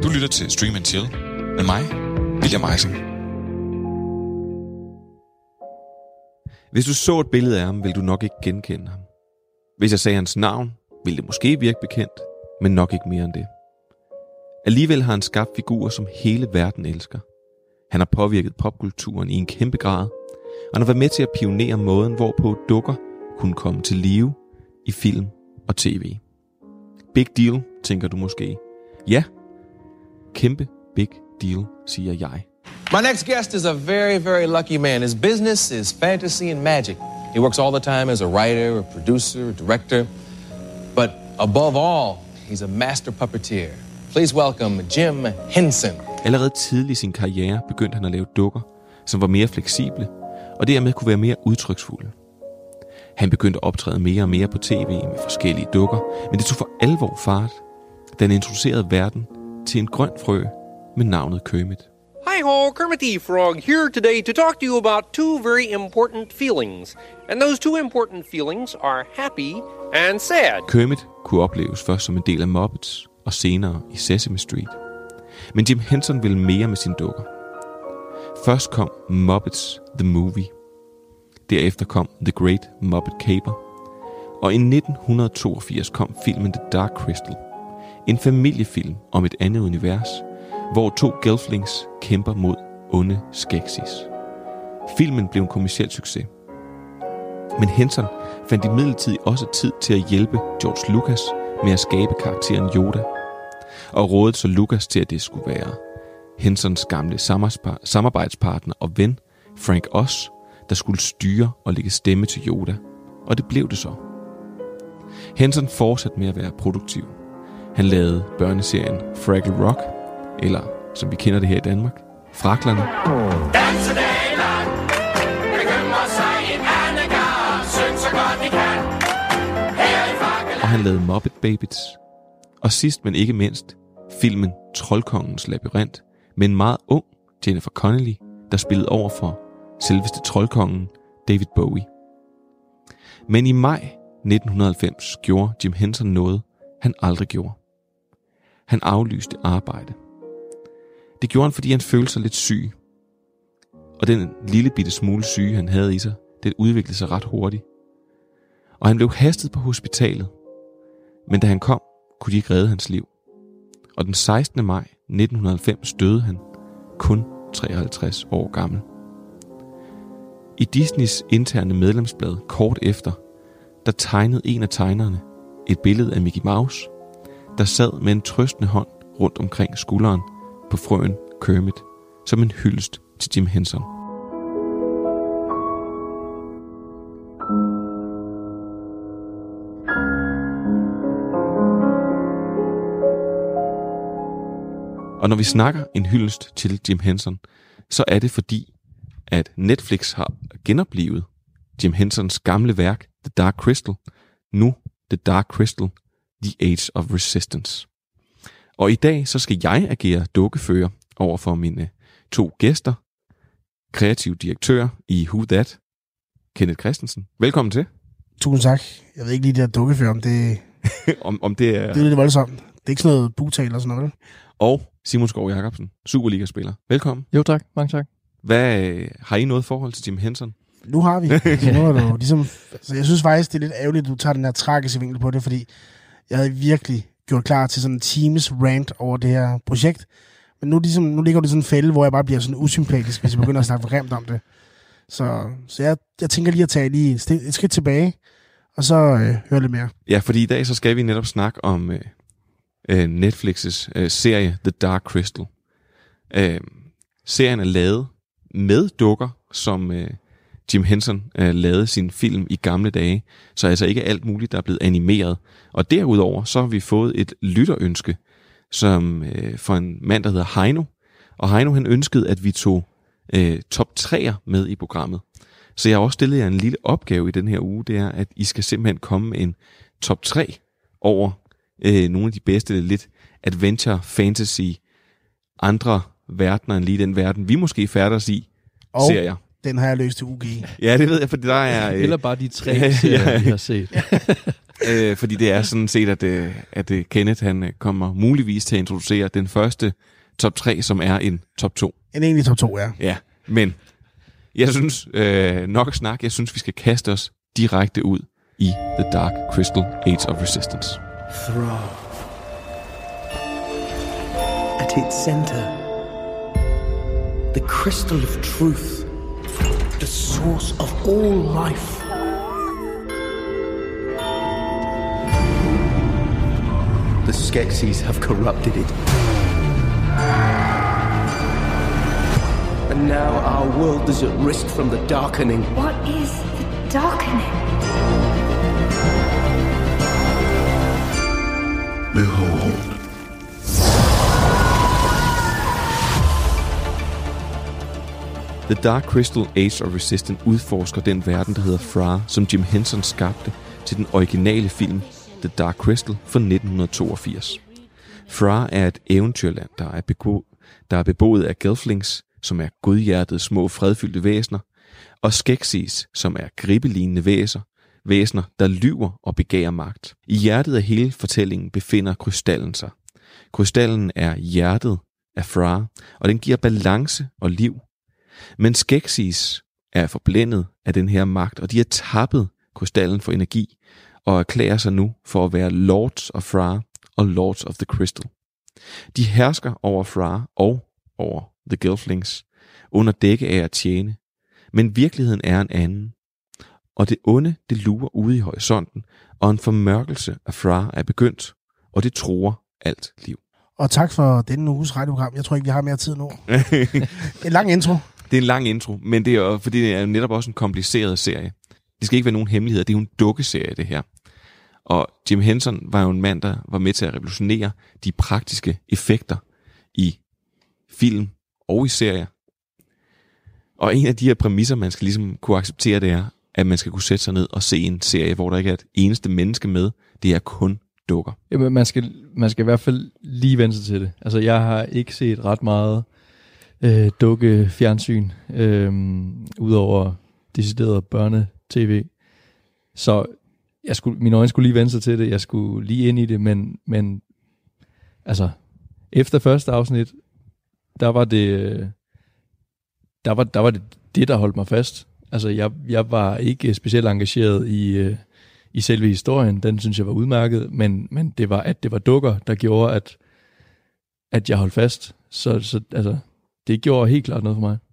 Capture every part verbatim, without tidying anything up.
Du lytter til Stream and Chill med mig, William Eising. Hvis du så et billede af ham, vil du nok ikke genkende ham. Hvis jeg sagde hans navn, ville det måske virke bekendt, men nok ikke mere end det. Alligevel har han skabt figurer, som hele verden elsker. Han har påvirket popkulturen i en kæmpe grad, og han har været med til at pionere måden, hvorpå dukker kunne komme til live i film og tv. Big deal, tænker du måske. Ja, kæmpe big deal, siger jeg. My next guest is a very, very lucky man. His business is fantasy and magic. He works all the time as a writer, a producer, a director. But above all, he's a master puppeteer. Please welcome Jim Henson. Allerede tidlig i sin karriere begyndte han at lave dukker, som var mere fleksible, og dermed kunne være mere udtryksfulde. Han begyndte at optræde mere og mere på tv med forskellige dukker, men det tog for alvor fart, da han introducerede verden til en grøn frø med navnet Kermit. Hi ho, Kermit the Frog here today to talk to you about two very important feelings. And those two important feelings are happy and sad. Kermit kunne opleves først som en del af Muppets og senere i Sesame Street. Men Jim Henson ville mere med sine dukker. Først kom Muppets The Movie. Derefter kom The Great Muppet Caper. Og i nitten toogfirs kom filmen The Dark Crystal. En familiefilm om et andet univers, hvor to gelflings kæmper mod onde Skeksis. Filmen blev en kommerciel succes. Men Henson fandt imidlertid også tid til at hjælpe George Lucas med at skabe karakteren Yoda, og rådede så Lucas til, at det skulle være Hensons gamle samarbejdspartner og ven, Frank Oz, der skulle styre og lægge stemme til Yoda, og det blev det så. Henson fortsatte med at være produktiv. Han lavede børneserien Fraggle Rock, eller som vi kender det her i Danmark, Fraklerne. Og han lavede Muppet Babies. Og sidst, men ikke mindst, filmen Troldkongens Labyrint med en meget ung Jennifer Connelly, der spillede over for selveste troldkongen David Bowie. Men i maj nitten halvfems gjorde Jim Henson noget, han aldrig gjorde. Han aflyste arbejde. Det gjorde han, fordi han følte sig lidt syg. Og den lille bitte smule syge, han havde i sig, den udviklede sig ret hurtigt. Og han blev hastet på hospitalet. Men da han kom, kunne de ikke redde hans liv. Og den sekstende maj nitten halvfems døde han, kun treoghalvtreds år gammel. I Disneys interne medlemsblad kort efter, der tegnede en af tegnerne et billede af Mickey Mouse, der sad med en trøstende hånd rundt omkring skulderen på frøen Kermit, som en hyldest til Jim Henson. Og når vi snakker en hyldest til Jim Henson, så er det fordi, at Netflix har genoplivet Jim Hensons gamle værk, The Dark Crystal, nu The Dark Crystal, The Age of Resistance. Og i dag så skal jeg agere dukkefører over for mine to gæster, kreativ direktør i Who That, Kenneth Christensen. Velkommen til. Tusind tak. Jeg ved ikke lige det der dukkefører, om det, om, om det er... det er lidt voldsomt. Det er ikke sådan noget bugtal eller sådan noget, vel? Og Simon Skov Jacobsen, Superliga-spiller. Velkommen. Jo tak, mange tak. Hvad, har I noget forhold til Jim Henson? Nu har vi. Så nu er du ligesom, altså jeg synes faktisk, det er lidt ærgerligt, at du tager den her tragiske vinkel på det, fordi jeg havde virkelig gjort klar til sådan en teams rant over det her projekt. Men nu, ligesom, nu ligger det sådan en fælde, hvor jeg bare bliver sådan usympatisk, hvis jeg begynder at snakke for grimt om det. Så, så jeg, jeg tænker lige at tage lige et, et skridt tilbage, og så øh, høre lidt mere. Ja, fordi i dag så skal vi netop snakke om øh, øh, Netflix's øh, serie The Dark Crystal. Øh, serien er lavet med dukker, som øh, Jim Henson øh, lavede sin film i gamle dage, så altså ikke alt muligt, der er blevet animeret. Og derudover så har vi fået et lytterønske, som øh, for en mand, der hedder Heino. Og Heino han ønskede, at vi tog øh, top treer med i programmet. Så jeg har også stillet jer en lille opgave i den her uge, det er, at I skal simpelthen komme med en top tre over øh, nogle af de bedste, lidt adventure, fantasy, andre verdener end lige den verden, vi måske færdes i, og serier. Den har jeg løst til U G. Ja, det ved jeg, for der er... Øh, Eller bare de tre serier, ja, vi har set. øh, fordi det er sådan set, at, øh, at øh, Kenneth han kommer muligvis til at introducere den første top tre, som er en top to. En egentlig top to, ja. Ja, men jeg synes, øh, nok snak, jeg synes, vi skal kaste os direkte ud i The Dark Crystal Age of Resistance. Thra. At its center, the crystal of truth, the source of all life. The Skeksis have corrupted it. And now our world is at risk from the darkening. What is the darkening? Behold. The Dark Crystal Age of Resistance udforsker den verden, der hedder Thra, som Jim Henson skabte til den originale film The Dark Crystal fra nitten toogfirs. Thra er et eventyrland, der er, bego- der er beboet af Gelflings, som er godhjertede små fredfyldte væsener, og Skeksis, som er gribelignende væser, væsener, der lyver og begærer magt. I hjertet af hele fortællingen befinder krystallen sig. Krystallen er hjertet af Thra, og den giver balance og liv. Men Skeksis er forblændet af den her magt, og de har tappet krystallen for energi, og erklærer sig nu for at være Lords of Thra og Lords of the Crystal. De hersker over Thra og over The Gelflings, under dække af at tjene, men virkeligheden er en anden. Og det onde, det lurer ude i horisonten, og en formørkelse af Thra er begyndt, og det truer alt liv. Og tak for denne uges radioprogram. Jeg tror ikke, vi har mere tid nu. En lang intro. Det er en lang intro, men det er jo, fordi det er netop også en kompliceret serie. Det skal ikke være nogen hemmeligheder, det er jo en dukkeserie, det her. Og Jim Henson var jo en mand, der var med til at revolutionere de praktiske effekter i film og i serier. Og en af de her præmisser, man skal ligesom kunne acceptere, det er, at man skal kunne sætte sig ned og se en serie, hvor der ikke er et eneste menneske med. Det er kun dukker. Jamen, man skal, man skal i hvert fald lige vende sig til det. Altså, jeg har ikke set ret meget øh, dukke fjernsyn, øh, udover decideret børne-tv. Så jeg skulle, mine øjne skulle lige vende sig til det. Jeg skulle lige ind i det, men, men altså, efter første afsnit, der var det, der var, der var det, det, der holdt mig fast. Altså, jeg, jeg var ikke specielt engageret i, i selve historien. Den synes jeg var udmærket, men, men det var, at det var dukker, der gjorde, at, at jeg holdt fast. Så, så altså, det gjorde helt klart noget for mig.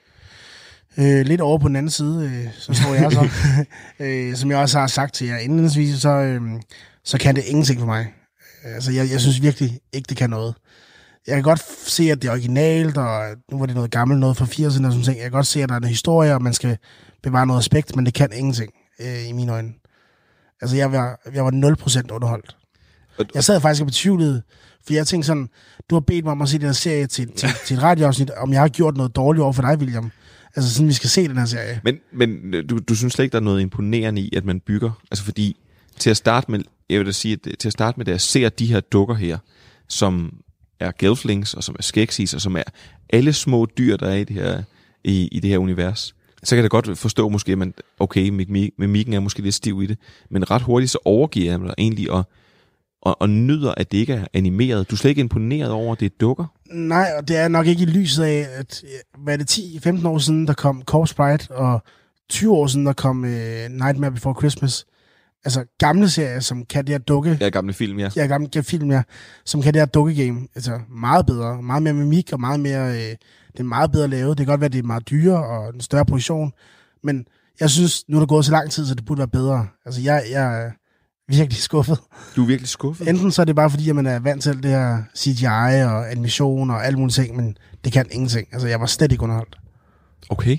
Øh, lidt over på den anden side, øh, så står jeg så. øh, som jeg også har sagt til jer indledningsvis, så, øh, så kan det ingenting for mig. Altså, jeg, jeg synes virkelig ikke, det kan noget. Jeg kan godt se, at det er originalt, og nu var det noget gammelt, noget fra firserne og sådan ting. Jeg kan godt se, at der er en historie, og man skal bevare noget respekt, men det kan ingenting øh, i mine øjne. Altså, jeg var, jeg var nul procent underholdt. Jeg sad faktisk og betvivlede, for jeg tænkte sådan, du har bedt mig om at se den her serie til, til, til et radioafsnit, om jeg har gjort noget dårligt over for dig, William. Altså sådan, vi skal se den her serie. Men, men du, du synes slet ikke, der er noget imponerende i, at man bygger? Altså fordi, til at starte med, jeg vil da sige, at til at starte med, da jeg ser de her dukker her, som er Gelflings, og som er Skeksis, og som er alle små dyr, der er i det her, i, i det her univers, så kan jeg da godt forstå måske, at man, okay, mimikken er måske lidt stiv i det, men ret hurtigt så overgiver jeg mig egentlig, og, og, og nyder, at det ikke er animeret. Du er slet ikke imponeret over, at det er dukker? Nej, og det er nok ikke i lyset af, at hvad er det, ti til femten år siden, der kom Corpse Bride, og tyve år siden, der kom uh, Nightmare Before Christmas. Altså gamle serier, som kan det her dukke... Ja, gamle film, ja. Ja, gamle film, ja. Som kan det her dukke-game. Altså meget bedre. Meget mere mimik, og meget mere... Øh, det er meget bedre lavet. Det kan godt være, at det er meget dyre og en større produktion. Men jeg synes, nu er der gået så lang tid, så det burde være bedre. Altså, jeg, jeg er virkelig skuffet. Du er virkelig skuffet? Enten så er det bare fordi, at man er vant til det her C G I og animation og alle mulige ting, men det kan ingenting. Altså, jeg var slet ikke underholdt. Okay.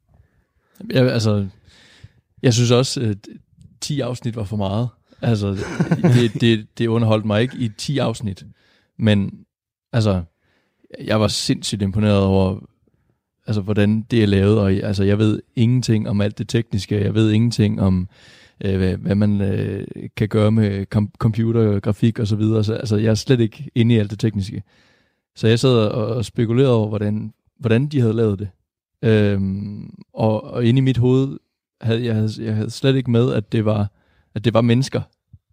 Jeg, altså, jeg synes også, at ti afsnit var for meget. Altså, det, det, det underholdt mig ikke i ti afsnit. Men, altså, jeg var sindssygt imponeret over, altså, hvordan det er lavet. Og altså, jeg ved ingenting om alt det tekniske. Jeg ved ingenting om, øh, hvad, hvad man øh, kan gøre med com- computer, grafik og så videre. Så, altså, jeg er slet ikke inde i alt det tekniske. Så jeg sad og spekulerede over, hvordan, hvordan de havde lavet det. Øhm, og, og inde i mit hoved havde jeg, jeg havde slet ikke med, at det var, at det var mennesker,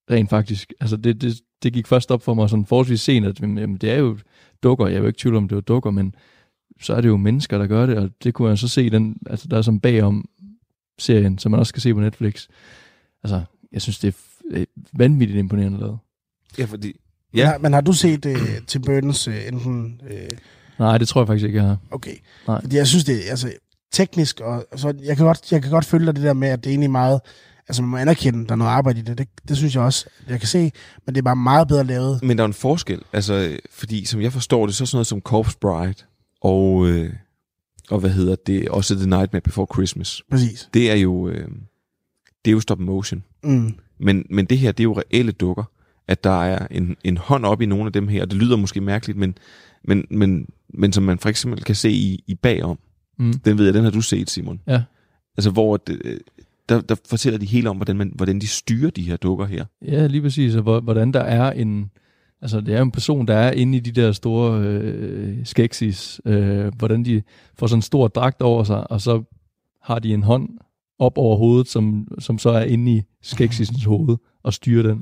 rent faktisk. Altså det, det, det gik først op for mig sådan forholdsvis sent, at jamen, det er jo dukker. Jeg er jo ikke tvivl om, det var dukker, men så er det jo mennesker, der gør det, og det kunne jeg så se i den, altså der er som bagom serien, som man også kan se på Netflix. Altså, jeg synes, det er vanvittigt imponerende lavet. Ja, fordi... Ja. Men, har, men har du set uh, Tim Burton's uh, enten... Uh... Nej, det tror jeg faktisk ikke, jeg har. Okay. Nej. Fordi jeg synes, det er altså, teknisk, og så jeg kan, godt, jeg kan godt følge det der med, at det er egentlig meget... Altså, man må anerkende, der er noget arbejde i det. det. Det synes jeg også, jeg kan se, men det er bare meget bedre lavet. Men der er en forskel, altså, fordi som jeg forstår det, så er sådan noget som Corpse Bride, og, øh, og hvad hedder det, også The Nightmare Before Christmas. Præcis. Det er jo, øh, det er jo stop motion. Mm. Men, men det her, det er jo reelle dukker, at der er en, en hånd op i nogle af dem her, og det lyder måske mærkeligt, men, men, men, men som man for eksempel kan se i, i bagom. Mm. Den ved jeg, den har du set, Simon. Ja. Altså, hvor det, der, der fortæller de hele om, hvordan, man, hvordan de styrer de her dukker her. Ja, lige præcis, og hvordan der er en... Altså, det er en person, der er inde i de der store øh, skeksis, øh, hvordan de får sådan en stor dragt over sig, og så har de en hånd op over hovedet, som, som så er inde i skeksisens hoved, og styrer den.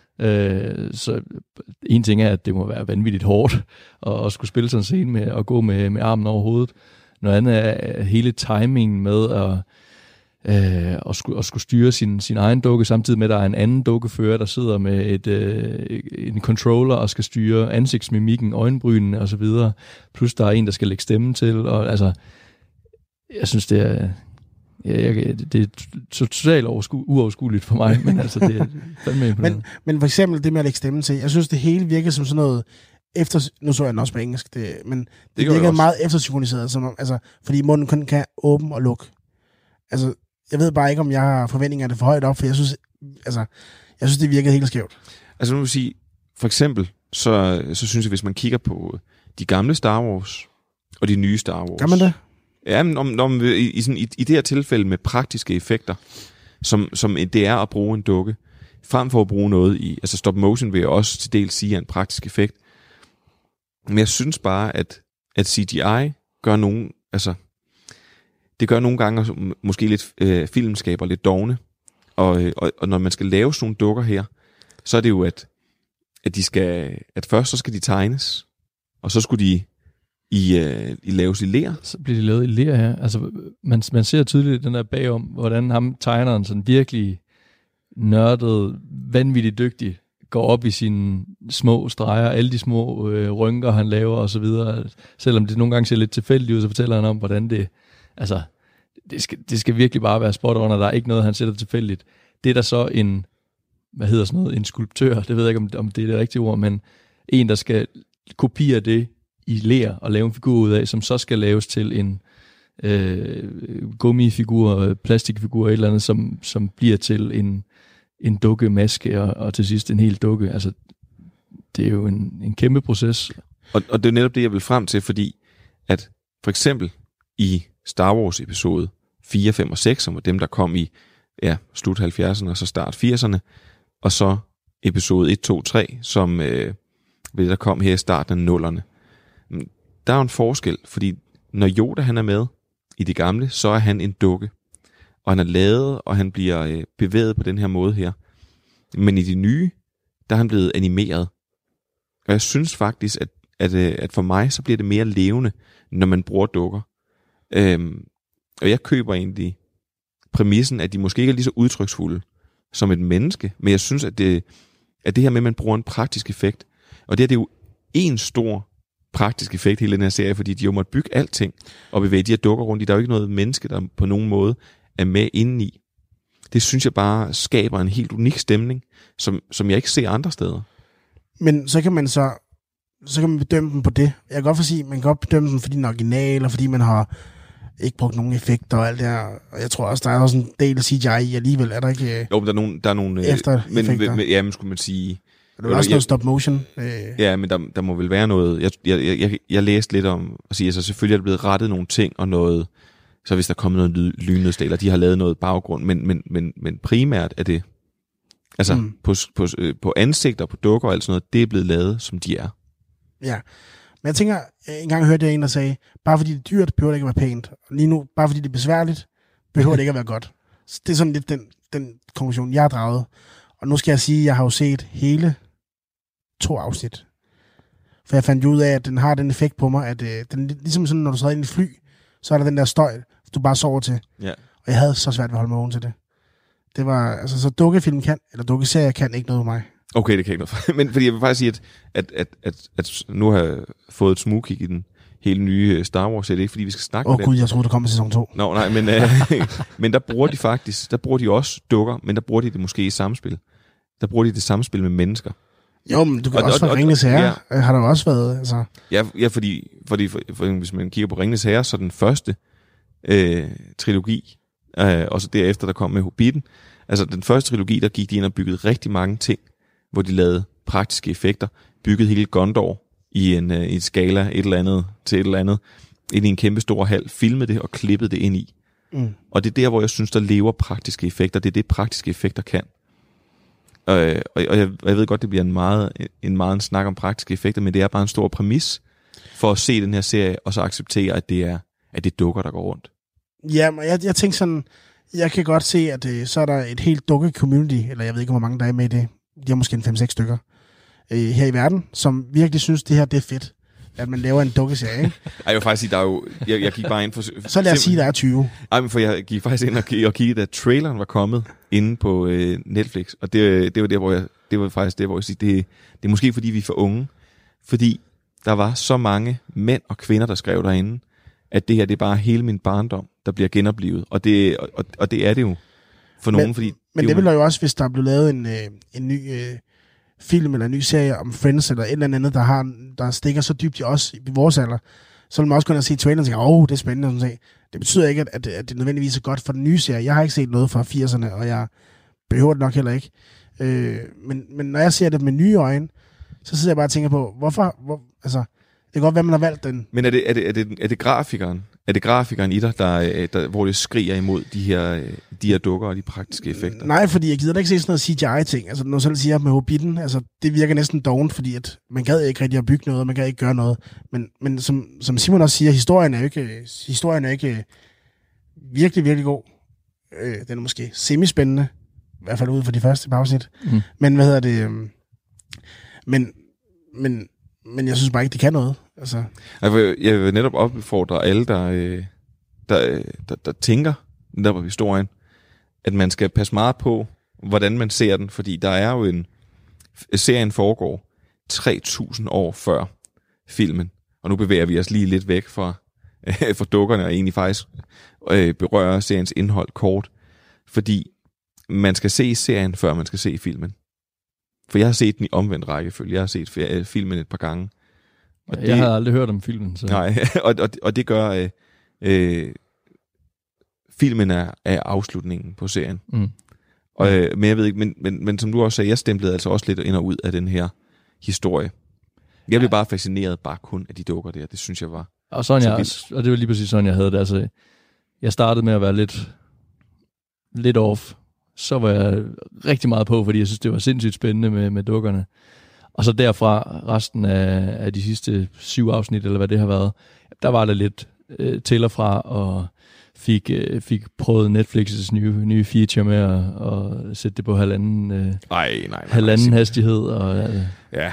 Øh, så en ting er, at det må være vanvittigt hårdt, at, at skulle spille sådan en scene med at gå med, med armen over hovedet. Noget andet er hele timingen med at, øh, at, skulle, at skulle styre sin, sin egen dukke, samtidig med, at der er en anden dukkefører, der sidder med et, øh, en controller og skal styre ansigtsmimikken, øjenbrynene osv. Plus der er en, der skal lægge stemmen til. Og, altså, jeg synes, det er... Ja, jeg, det er totalt oversku- uoverskueligt for mig, men altså det er fandme men, men for eksempel det med at lægge stemmen til, jeg synes det hele virker som sådan noget efter, nu så jeg den også på engelsk, det, men det, det virker meget eftersynkroniseret, som, altså, fordi munden kun kan åbne og lukke. Altså, jeg ved bare ikke, om jeg har forventninger af det for højt op, for jeg synes, altså, jeg synes det virker helt skævt. Altså nu vil sige, for eksempel, så, så synes jeg, hvis man kigger på de gamle Star Wars og de nye Star Wars. Kan man det? Ja, men om, om, i, i, sådan, i, i det her tilfælde med praktiske effekter, som, som det er at bruge en dukke, frem for at bruge noget i, altså stop motion vil jeg også til dels sige er en praktisk effekt. Men jeg synes bare, at, at C G I gør nogle, altså, det gør nogle gange måske lidt øh, filmskaber lidt dovne, og, og, og når man skal lave sådan nogle dukker her, så er det jo, at, at de skal, at først så skal de tegnes, og så skulle de I, øh, i laves i ler. Så bliver de lavet i ler, ja. Altså, man, man ser tydeligt den der bagom, hvordan ham tegneren sådan virkelig nørdet, vanvittigt dygtig, går op i sine små streger, alle de små øh, rynker, han laver og så videre. Selvom det nogle gange ser lidt tilfældigt ud, så fortæller han om, hvordan det, altså, det skal, det skal virkelig bare være spot on, og der er ikke noget, han sætter tilfældigt. Det er der så en, hvad hedder sådan noget, en skulptør, det ved jeg ikke, om, om det er det rigtige ord, men en, der skal kopiere det i ler og lave en figur ud af, som så skal laves til en øh, gummifigur, plastikfigur, et eller andet, som, som bliver til en, en dukkemaske, og, og til sidst en hel dukke. Altså, det er jo en, en kæmpe proces. Og, og det er netop det, jeg vil frem til, fordi at for eksempel i Star Wars episode fire, fem og seks, som var dem, der kom i ja, slut halvfjerdserne og så start firserne, og så episode et, to, tre, som øh, der kom her i starten af nullerne. Der er jo en forskel, fordi når Yoda han er med i det gamle, så er han en dukke. Og han er lavet, og han bliver øh, bevæget på den her måde her. Men i de nye, der er han blevet animeret. Og jeg synes faktisk, at, at, øh, at for mig, så bliver det mere levende, når man bruger dukker. Øhm, og jeg køber egentlig præmissen, at de måske ikke er lige så udtryksfulde som et menneske. Men jeg synes, at det, at det her med, at man bruger en praktisk effekt, og det er det jo en stor praktisk effekt hele den her serie, fordi de jo måtte bygge alting og bevæge de her dukker rundt i. Der er jo ikke noget menneske, der på nogen måde er med indeni. Det synes jeg bare skaber en helt unik stemning, som, som jeg ikke ser andre steder. Men så kan man så så kan man bedømme den på det. Jeg kan godt sige, man kan godt bedømme den, fordi den er original, og fordi man har ikke brugt nogen effekter og alt det her. Og jeg tror også, der er også en del af C G I i alligevel. Er der ikke? Jo, men der er nogle, der er nogle efter men, men, ja, men skulle man sige. Der er også noget stop motion. Øh. Ja, men der, der må vel være noget. Jeg, jeg, jeg, jeg læste lidt om, at sige, altså selvfølgelig er der blevet rettet nogle ting, og noget, så hvis der er kommet noget lynnedstal, eller de har lavet noget baggrund, men, men, men, men primært er det, altså mm. på, på, på ansigter, på dukker og alt sådan noget, det er blevet lavet, som de er. Ja, men jeg tænker, en gang hørte jeg en, der sagde, bare fordi det er dyrt, behøver det ikke at være pænt. Lige nu, bare fordi det er besværligt, behøver det ikke at være godt. Så det er sådan lidt den, den konklusion, jeg har draget. Og nu skal jeg sige, at jeg har jo set hele to afsnit. For jeg fandt ud af, at den har den effekt på mig, at øh, den, ligesom sådan, når du sidder ind i et fly, så er der den der støj, du bare sover til. Ja. Og jeg havde så svært ved at holde mig vågen til det. Det var, altså, så dukkefilm kan, eller dukkeserier kan ikke noget med mig. Okay, det kan ikke noget. Men fordi jeg vil faktisk sige, at, at, at, at, at nu har jeg fået et smugkig i den helt nye Star Wars, det er ikke fordi, vi skal snakke Åh oh, oh, gud, jeg troede, der kom med sæson to. Nå, nej, men, øh, men der bruger de faktisk, der bruger de også dukker, men der bruger de det måske i samspil. Der bruger de det samspil med mennesker. Jo, men du kan og, også og, få Ringenes Herre, ja. har der jo også været, altså. Ja, ja fordi, fordi for, for, hvis man kigger på Ringenes Herre, så den første øh, trilogi, øh, og så derefter, der kom med Hobbiten, altså den første trilogi, der gik de ind og byggede rigtig mange ting, hvor de lavede praktiske effekter, byggede hele Gondor i en, øh, i en skala, et eller andet til et eller andet, ind i en kæmpe stor hal, filmede det og klippede det ind i. Mm. Og det er der, hvor jeg synes, der lever praktiske effekter. Det er det, praktiske effekter kan. Øh, og og jeg, jeg ved godt, det bliver en meget, en meget en snak om praktiske effekter, men det er bare en stor præmis for at se den her serie, og så acceptere, at det er, at det er dukker, der går rundt. Ja, men jeg, jeg tænker sådan, jeg kan godt se, at øh, så er der et helt dukke-community, eller jeg ved ikke, hvor mange der er med i det. De har måske en fem seks stykker øh, her i verden, som virkelig synes, det her det er fedt, at man laver en dukkeserie, ikke? Ej, jeg vil faktisk sige, der er jo, jeg, jeg gik bare ind for... Så lad os sige, der er tyve. Ej, men for jeg gik faktisk ind og, og kiggede, da traileren var kommet inde på øh, Netflix, og det, det var der, hvor jeg, det var faktisk der, hvor jeg siger, det, det er måske fordi, vi er for unge, fordi der var så mange mænd og kvinder, der skrev derinde, at det her, det er bare hele min barndom, der bliver genoplevet, og det, og, og det er det jo for nogen, men, fordi... Men det, det vil jo også, hvis der blev lavet en, øh, en ny... Øh, film eller en ny serie om Friends eller et eller andet, der, har, der stikker så dybt i os, i vores alder, så vil man også kunne se traileren og tænke, åh, oh, det er spændende. Sådan det betyder ikke, at, at, at det nødvendigvis er godt for den nye serie. Jeg har ikke set noget fra firserne, og jeg behøver det nok heller ikke. Øh, men, men når jeg ser det med nye øjne, så sidder jeg bare og tænker på, hvorfor, hvor, altså, det kan godt være, man har valgt den. Men er det, er det, er det, er det grafikeren? Er det grafikeren i dig, der, der, hvor det skriger imod de her, de her dukker og de praktiske effekter? Nej, fordi jeg gider da ikke se sådan noget C G I-ting. Altså, når du selv siger med Hobbiten, altså, det virker næsten dovent, fordi at man gad ikke rigtig at bygge noget, og man gad ikke gøre noget. Men, men som, som Simon også siger, historien er jo ikke, historien er ikke virkelig, virkelig god. Øh, den er måske semispændende, i hvert fald ud for de første par afsnit. Mm. Men hvad hedder det? Øh, men, men, men jeg synes bare ikke, det kan noget. Altså. Jeg vil, jeg vil netop opfordre alle, der, der, der, der tænker der på historien, at man skal passe meget på, hvordan man ser den, fordi der er jo en... Serien foregår tre tusind år før filmen, og nu bevæger vi os lige lidt væk fra, fra dukkerne, og egentlig faktisk øh, berører seriens indhold kort, fordi man skal se serien, før man skal se filmen. For jeg har set den i omvendt rækkefølge. Jeg har set filmen et par gange. Og jeg det, havde aldrig hørt om filmen. Så. Nej, og, og, og det gør... Øh, øh, filmen er, er afslutningen på serien. Mm. Og, øh, men jeg ved ikke, men, men, men som du også sagde, jeg stemplede altså også lidt ind og ud af den her historie. Jeg blev ja. bare fascineret bare kun af de dukker der. Det synes jeg var... Og, sådan jeg, og det var lige præcis sådan, jeg havde det. Altså, jeg startede med at være lidt, lidt off. Så var jeg rigtig meget på, fordi jeg synes, det var sindssygt spændende med, med dukkerne. Og så derfra, resten af, af de sidste syv afsnit, eller hvad det har været, der var det lidt øh, til og fra, og fik, øh, fik prøvet Netflix's nye, nye feature med at, at sætte det på halvanden, øh, Ej, nej, nej, halvanden nej, hastighed. Og, øh. Ja.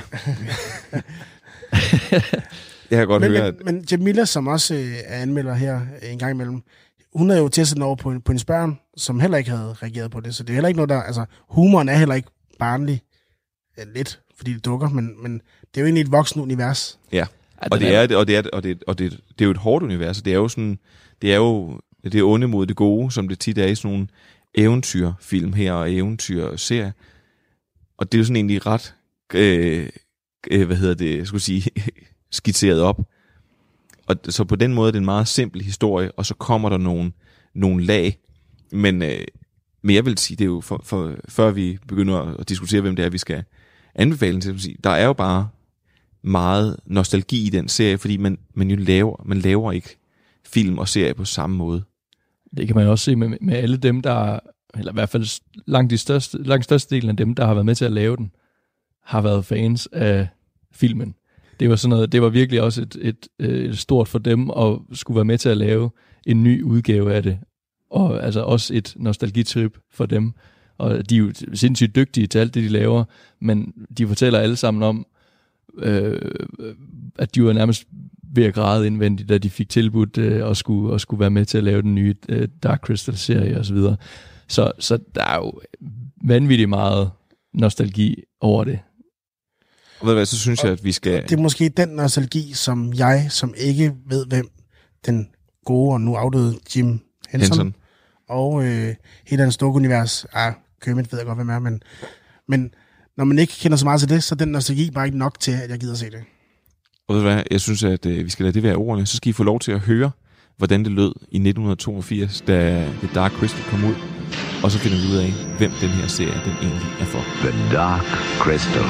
Jeg kan godt men, høre, men, at... men Jamila, som også øh, er anmelder her en gang imellem, hun havde jo testet den over på, på hendes børn, som heller ikke havde reageret på det. Så det er heller ikke noget, der... Altså, humoren er heller ikke barnlig. Ja, lidt, fordi det dukker, men, men det er jo egentlig et voksen univers. Ja, og det er, og det er, og det, og det, det er jo et hårdt univers. Det er jo sådan... Det er jo det er onde mod det gode, som det tit er i sådan nogle eventyrfilm her, og eventyrserier. Og det er jo sådan egentlig ret... Øh, øh, hvad hedder det? Jeg skulle sige... skitseret op. Og så på den måde er det en meget simpel historie, og så kommer der nogle, nogle lag. Men, øh, men jeg vil sige, det er jo, for, for, før vi begynder at diskutere, hvem det er, vi skal anbefale den til, der er jo bare meget nostalgi i den serie, fordi man, man jo laver, man laver ikke film og serier på samme måde. Det kan man også se med, med alle dem, der, eller i hvert fald langt, de største, langt største delen af dem, der har været med til at lave den, har været fans af filmen. Det var sådan noget, det var virkelig også et, et, et stort for dem at skulle være med til at lave en ny udgave af det. Og altså også et nostalgitrip for dem og de er jo sindssygt dygtige til alt det, de laver, men de fortæller alle sammen om, øh, at de var nærmest ved at græde indvendigt, da de fik tilbudt øh, at, skulle, at skulle være med til at lave den nye øh, Dark Crystal-serie og så videre. Så, så der er jo vanvittigt meget nostalgi over det. Og ved du hvad, så synes jeg, at vi skal... Det er måske den nostalgi, som jeg, som ikke ved, hvem den gode og nu afdøde Jim Henson, Henson. og øh, hele hans dukkeunivers, ah, Kermit ved jeg godt, hvem er, men, men når man ikke kender så meget til det, så er den nostalgi bare ikke nok til, at jeg gider se det. Og ved du hvad, jeg synes, at øh, vi skal lade det være ordene. Så skal I få lov til at høre, hvordan det lød i nitten toogfirs, da The Dark Crystal kom ud. Og så finder vi ud af, hvem den her serie den egentlig er for. The Dark Crystal.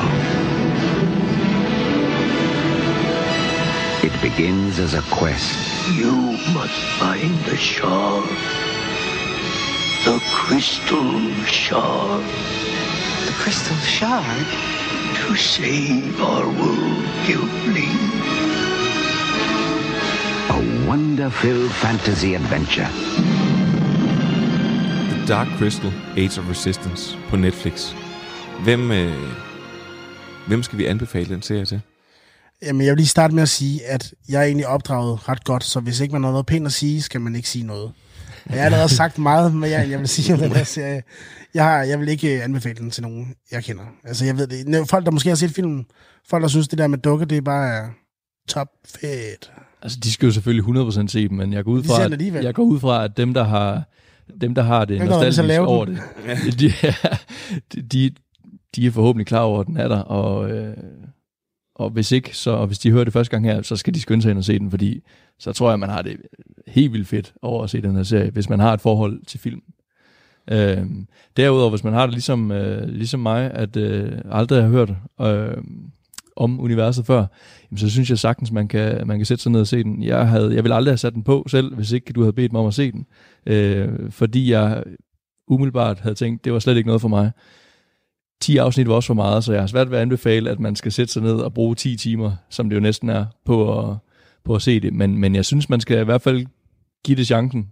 It begins as a quest. You must find the shard. The crystal shard. The crystal shard? To save our world, Gilfling. A wonder-filled fantasy adventure. The Dark Crystal, Age of Resistance på Netflix. Hvem, øh, hvem skal vi anbefale den serie til? Jamen, jeg vil lige starte med at sige, at jeg er egentlig opdraget ret godt, så hvis ikke man har noget pænt at sige, skal man ikke sige noget. Jeg har allerede sagt meget, men jeg, jeg vil sige om den her serie. Jeg, har, jeg vil ikke anbefale den til nogen, jeg kender. Altså, jeg ved det. Folk, der måske har set filmen, folk, der synes, det der med dukker, det er bare top fedt. Altså, de skal jo selvfølgelig hundrede procent se dem, men jeg går ud fra, at, jeg går ud fra, at dem, der har, dem, der har det nostalgisk over det, de, de, de er forhåbentlig klar over, at den er der, og... Øh, Og hvis ikke, så og hvis de hører det første gang her, så skal de skynde sig ind og se den, fordi så tror jeg, man har det helt vildt fedt over at se den her serie, hvis man har et forhold til film. Øh, derudover, hvis man har det ligesom, øh, ligesom mig, at øh, aldrig har hørt øh, om universet før, jamen, så synes jeg sagtens, man kan, man kan sætte sig ned og se den. Jeg, havde, jeg ville aldrig have sat den på selv, hvis ikke du havde bedt mig om at se den, øh, fordi jeg umiddelbart havde tænkt, det var slet ikke noget for mig. ti afsnit var også for meget, så jeg har svært ved at anbefale, at man skal sætte sig ned og bruge ti timer, som det jo næsten er, på at, på at se det. Men, men jeg synes, man skal i hvert fald give det chancen.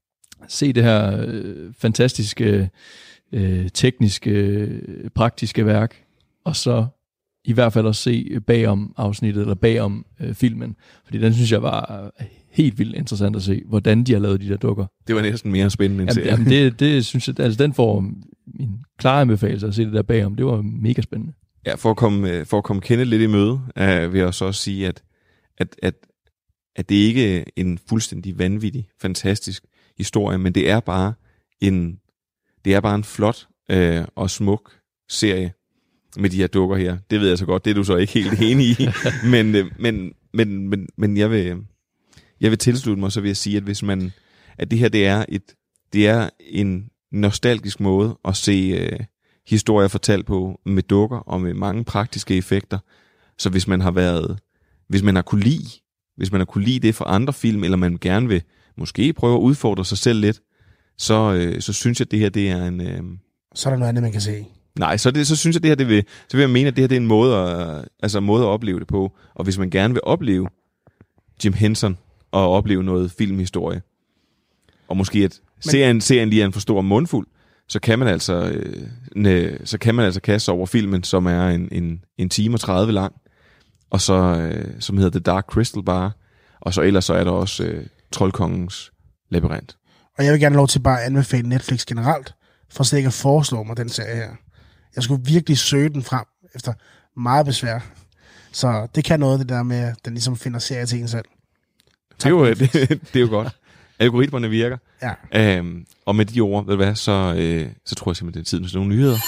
Se det her øh, fantastiske, øh, tekniske, øh, praktiske værk, og så i hvert fald også se bagom afsnittet, eller bagom øh, filmen. Fordi den synes jeg var helt vildt interessant at se, hvordan de har lavet de der dukker. Det var næsten mere spændende end serien. Jamen, det, det synes jeg, altså den får min klare anbefalelse at se det der bagom. Det var mega spændende. Ja, for at komme, for at komme Kenneth lidt i møde, uh, vil jeg så også sige, at, at, at, at det ikke er en fuldstændig vanvittig, fantastisk historie, men det er bare en, det er bare en flot uh, og smuk serie med de her dukker her. Det ved jeg så godt, det er du så ikke helt enig i. men, uh, men, men, men, men jeg vil, jeg vil tilslutte mig, så vil jeg sige, at hvis man, at det her, det er et, det er en nostalgisk måde at se øh, historier fortalt på med dukker og med mange praktiske effekter. Så hvis man har været, hvis man har kunne lide, hvis man har kunne lide det fra andre film, eller man gerne vil måske prøve at udfordre sig selv lidt, så, øh, så synes jeg, at det her, det er en... Øh, så er der noget andet, man kan se. Nej, så, det, så synes jeg, det her, det vil, så vil jeg mene, at det her, det er en måde at, altså en måde at opleve det på. Og hvis man gerne vil opleve Jim Henson og opleve noget filmhistorie, og måske at serien, serien lige er en for stor mundfuld, så kan man altså øh, ne, så kan man altså kaste sig over filmen, som er en, en, en time og tredive lang, og så øh, som hedder The Dark Crystal bare, og så ellers så er der også øh, Troldkongens labyrint. Og jeg vil gerne have lov til bare at anbefale Netflix generelt, for slet ikke at foreslå mig den serie her. Jeg skulle virkelig søge den frem efter meget besvær. Så det kan noget, det der med, at den ligesom finder serie til en selv. Det er, jo, det, det er jo godt. Algoritmerne virker. Ja. Øhm, og med de ord, ved du hvad, så, øh, så tror jeg simpelthen, det er tid med nogle nyheder.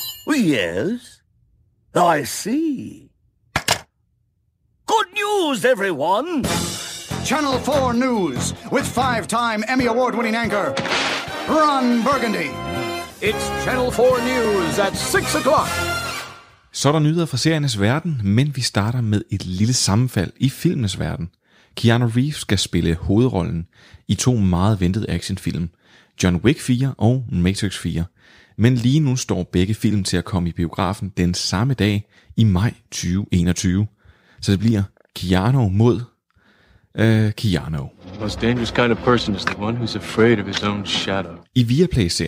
Yes, I see. Good news, everyone! Channel four News with five-time Emmy Award-winning anchor, Ron Burgundy. It's Channel four News at six o'clock. Så er der nyheder fra seriernes verden, men vi starter med et lille sammenfald i filmenes verden. Keanu Reeves skal spille hovedrollen i to meget ventede actionfilm, John Wick fire og Matrix fire. Men lige nu står begge film til at komme i biografen den samme dag i maj tyve enogtyve. Så det bliver Keanu mod øh, Keanu. The most dangerous kind of person is the one who's afraid of his own shadow. I Viaplay-serien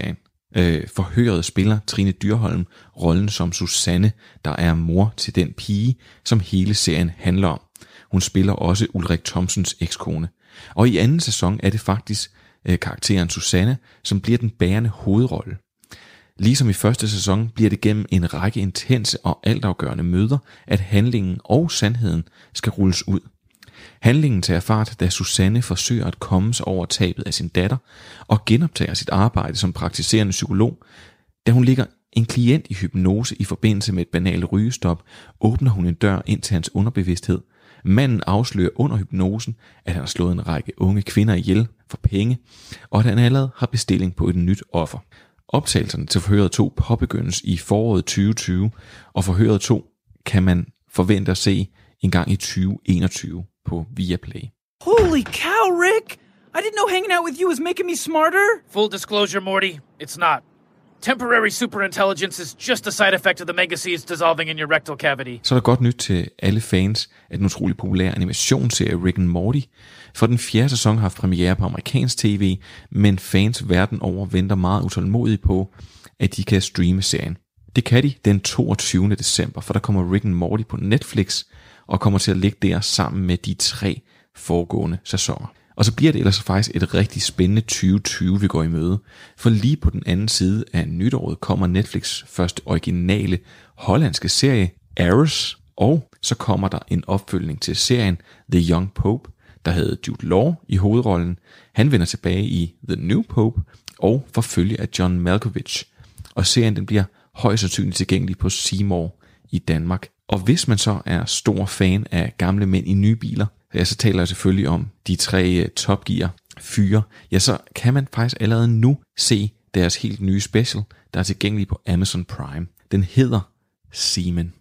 Øh, forhøret spiller Trine Dyrholm rollen som Susanne, der er mor til den pige, som hele serien handler om. Hun spiller også Ulrik Thomsens ekskone. Og i anden sæson er det faktisk øh, karakteren Susanne, som bliver den bærende hovedrolle. Ligesom i første sæson bliver det gennem en række intense og altafgørende møder, at handlingen og sandheden skal rulles ud. Handlingen tager fart, da Susanne forsøger at komme sig over tabet af sin datter og genoptager sit arbejde som praktiserende psykolog. Da hun ligger en klient i hypnose i forbindelse med et banalt rygestop, åbner hun en dør ind til hans underbevidsthed. Manden afslører under hypnosen, at han har slået en række unge kvinder ihjel for penge, og at han allerede har bestilling på et nyt offer. Optagelserne til Forhøret to påbegyndes i foråret tyve tyve, og Forhøret to kan man forvente at se en gang i tyve enogtyve på Viaplay. Holy cow, Rick! I didn't know hanging out with you was making me smarter. Full disclosure, Morty, it's not. Temporary superintelligence is just a side effect of the mega seeds dissolving in your rectal cavity. Så er der godt nyt til alle fans af den utrolig populære animationsserie Rick and Morty. For den fjerde sæson har haft premiere på amerikansk tv, men fans verden over venter meget utålmodigt på, at de kan streame serien. Det kan de den toogtyvende december, for der kommer Rick and Morty på Netflix og kommer til at ligge der sammen med de tre foregående sæsoner. Og så bliver det ellers faktisk et rigtig spændende tyve tyve, vi går i møde. For lige på den anden side af nytåret kommer Netflix første originale hollandske serie, Arrows. Og så kommer der en opfølgning til serien The Young Pope, der havde Jude Law i hovedrollen. Han vender tilbage i The New Pope og forfølge af John Malkovich. Og serien den bliver højst sandsynligt tilgængelig på C More i Danmark. Og hvis man så er stor fan af gamle mænd i nye biler, ja, så taler jeg selvfølgelig om de tre uh, Top Gear fyre, ja, så kan man faktisk allerede nu se deres helt nye special, der er tilgængelig på Amazon Prime. Den hedder Seaman.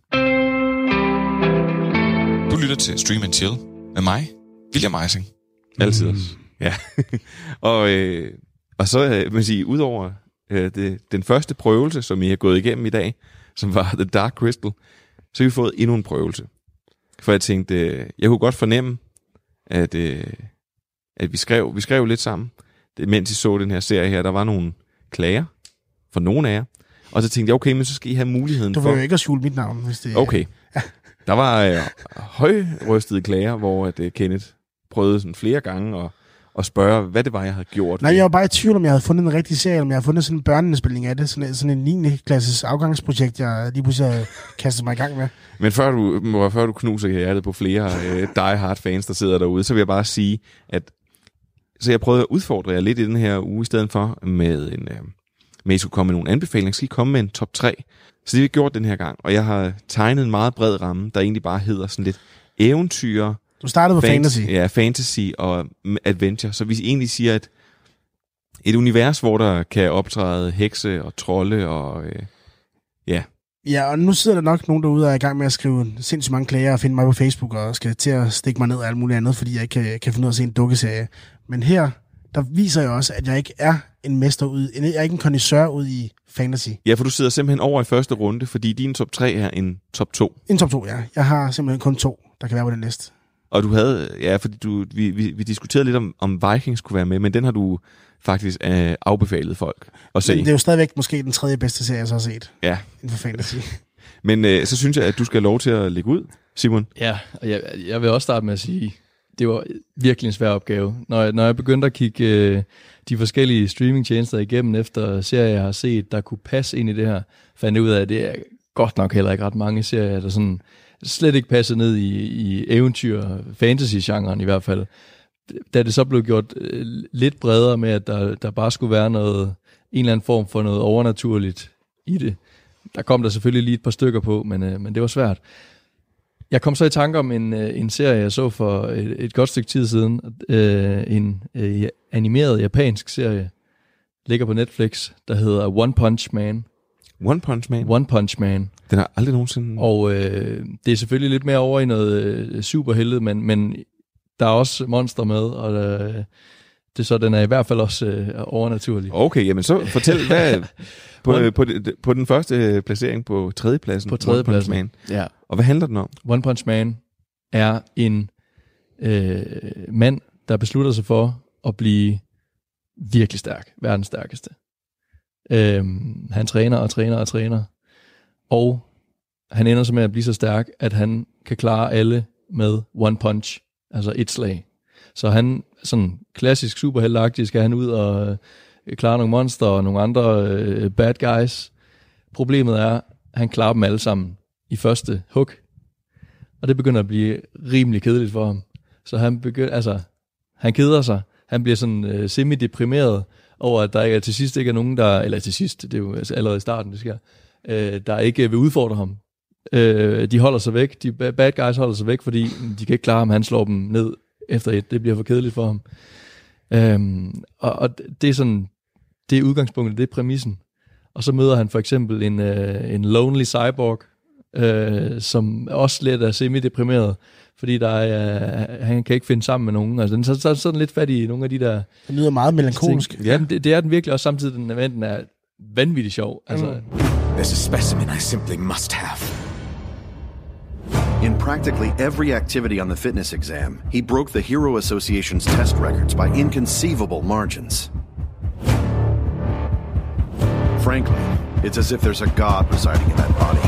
Du lytter til Stream and Chill med mig, William Eising. Altid også. Ja. og, øh, og så øh, man sige, udover øh, det, den første prøvelse, som I har gået igennem i dag, som var The Dark Crystal, så har vi fået endnu en prøvelse. For jeg tænkte, øh, jeg kunne godt fornemme, at, øh, at vi, skrev, vi skrev lidt sammen, det, mens I så den her serie her. Der var nogle klager for nogle af jer. Og så tænkte jeg, okay, men så skal I have muligheden for... Du vil jo ikke at skjule mit navn, hvis det... Okay. Ja. Der var øh, højrystede klager, hvor at, øh, Kenneth prøvede sådan flere gange at, at spørge, hvad det var, jeg havde gjort. Nej, jeg var bare i tvivl, om jeg havde fundet en rigtig serie, eller om jeg havde fundet sådan en børneindspilning af det. Sådan, sådan en niende klasses afgangsprojekt, jeg lige pludselig havde kastet mig i gang med. Men før du, før du knuser hjertet på flere øh, die-hard fans, der sidder derude, så vil jeg bare sige, at så jeg prøvede at udfordre jer lidt i den her uge, i stedet for med en... Øh, med I skulle komme med nogle anbefalinger, skal I komme med en top tre. Så det har vi gjort den her gang, og jeg har tegnet en meget bred ramme, der egentlig bare hedder sådan lidt eventyr. Du startede på fantasy. Ja, fantasy og adventure. Så vi egentlig siger, at et univers, hvor der kan optræde hekse og trolde og øh, ja. Ja, og nu sidder der nok nogen derude og er i gang med at skrive sindssygt mange klager og finde mig på Facebook og skal til at stikke mig ned og alt muligt andet, fordi jeg ikke kan, kan finde ud af at se en dukkeserie. Men her, der viser jeg også, at jeg ikke er en mester ud, jeg er ikke en connoisseur ud i fantasy. Ja, for du sidder simpelthen over i første runde, fordi din top tre er en top to. En top to, ja. Jeg har simpelthen kun to, der kan være på den liste. Og du havde, ja, fordi du, vi, vi, vi diskuterede lidt om, om Vikings kunne være med, men den har du faktisk øh, afbefalet folk at se. Men det er jo stadigvæk måske den tredje bedste serie, jeg så har set. Ja. Inden for fantasy. Men øh, så synes jeg, at du skal have lov til at lægge ud, Simon. Ja, og jeg, jeg vil også starte med at sige, det var virkelig en svær opgave. Når jeg, når jeg begyndte at kigge øh, de forskellige streamingtjenester igennem efter serier, jeg har set, der kunne passe ind i det her, fandt jeg ud af, at det er godt nok heller ikke ret mange serier, der sådan slet ikke passer ned i, i eventyr, fantasy-genren i hvert fald. Da det så blev gjort øh, lidt bredere med, at der, der bare skulle være noget, en eller anden form for noget overnaturligt i det. Der kom der selvfølgelig lige et par stykker på, men, øh, men det var svært. Jeg kom så i tanke om en, en serie, jeg så for et, et godt stykke tid siden. Øh, en øh, animeret japansk serie, ligger på Netflix, der hedder One Punch Man. One Punch Man? One Punch Man. Den har aldrig nogensinde... Og øh, det er selvfølgelig lidt mere over i noget øh, superhelte, men, men der er også monster med, og øh, det så den er i hvert fald også øh, overnaturlig. Okay, jamen så fortæl, hvad på, One, på, på den første placering på tredjepladsen. På tredjepladsen, One Punch Man. Ja. Og hvad handler den om? One Punch Man er en øh, mand, der beslutter sig for at blive virkelig stærk, verdens stærkeste. Øhm, han træner og træner og træner. Og han ender så med at blive så stærk, at han kan klare alle med one punch. Altså et slag. Så han, sådan klassisk superheltagtig, skal han ud og øh, klare nogle monster og nogle andre øh, bad guys. Problemet er, at han klarer dem alle sammen i første hug. Og det begynder at blive rimelig kedeligt for ham. Så han begynder, altså, han keder sig. Han bliver sådan øh, semi-deprimeret over, at der ikke, til sidst ikke er nogen, der, eller til sidst, det er jo altså allerede i starten, det sker, øh, der ikke vil udfordre ham. Øh, de holder sig væk, de bad guys holder sig væk, fordi de kan ikke klare ham, han slår dem ned efter et. Det bliver for kedeligt for ham. Øh, og, og det er sådan, det er udgangspunktet, det er præmissen. Og så møder han for eksempel en, øh, en lonely cyborg, øh, som også lidt er semi-deprimeret, fordi der er, øh, han kan ikke finde sammen med nogen. Altså, den så, så sådan lidt fat i nogle af de der... Det lyder meget melankolsk. Ja, det, det er den virkelig også, samtidig den eventen er vanvittigt sjov. Altså, mm. There's a specimen I simply must have. In practically every activity on the fitness exam, he broke the Hero Association's test records by inconceivable margins. Frankly, it's as if there's a god residing in that body.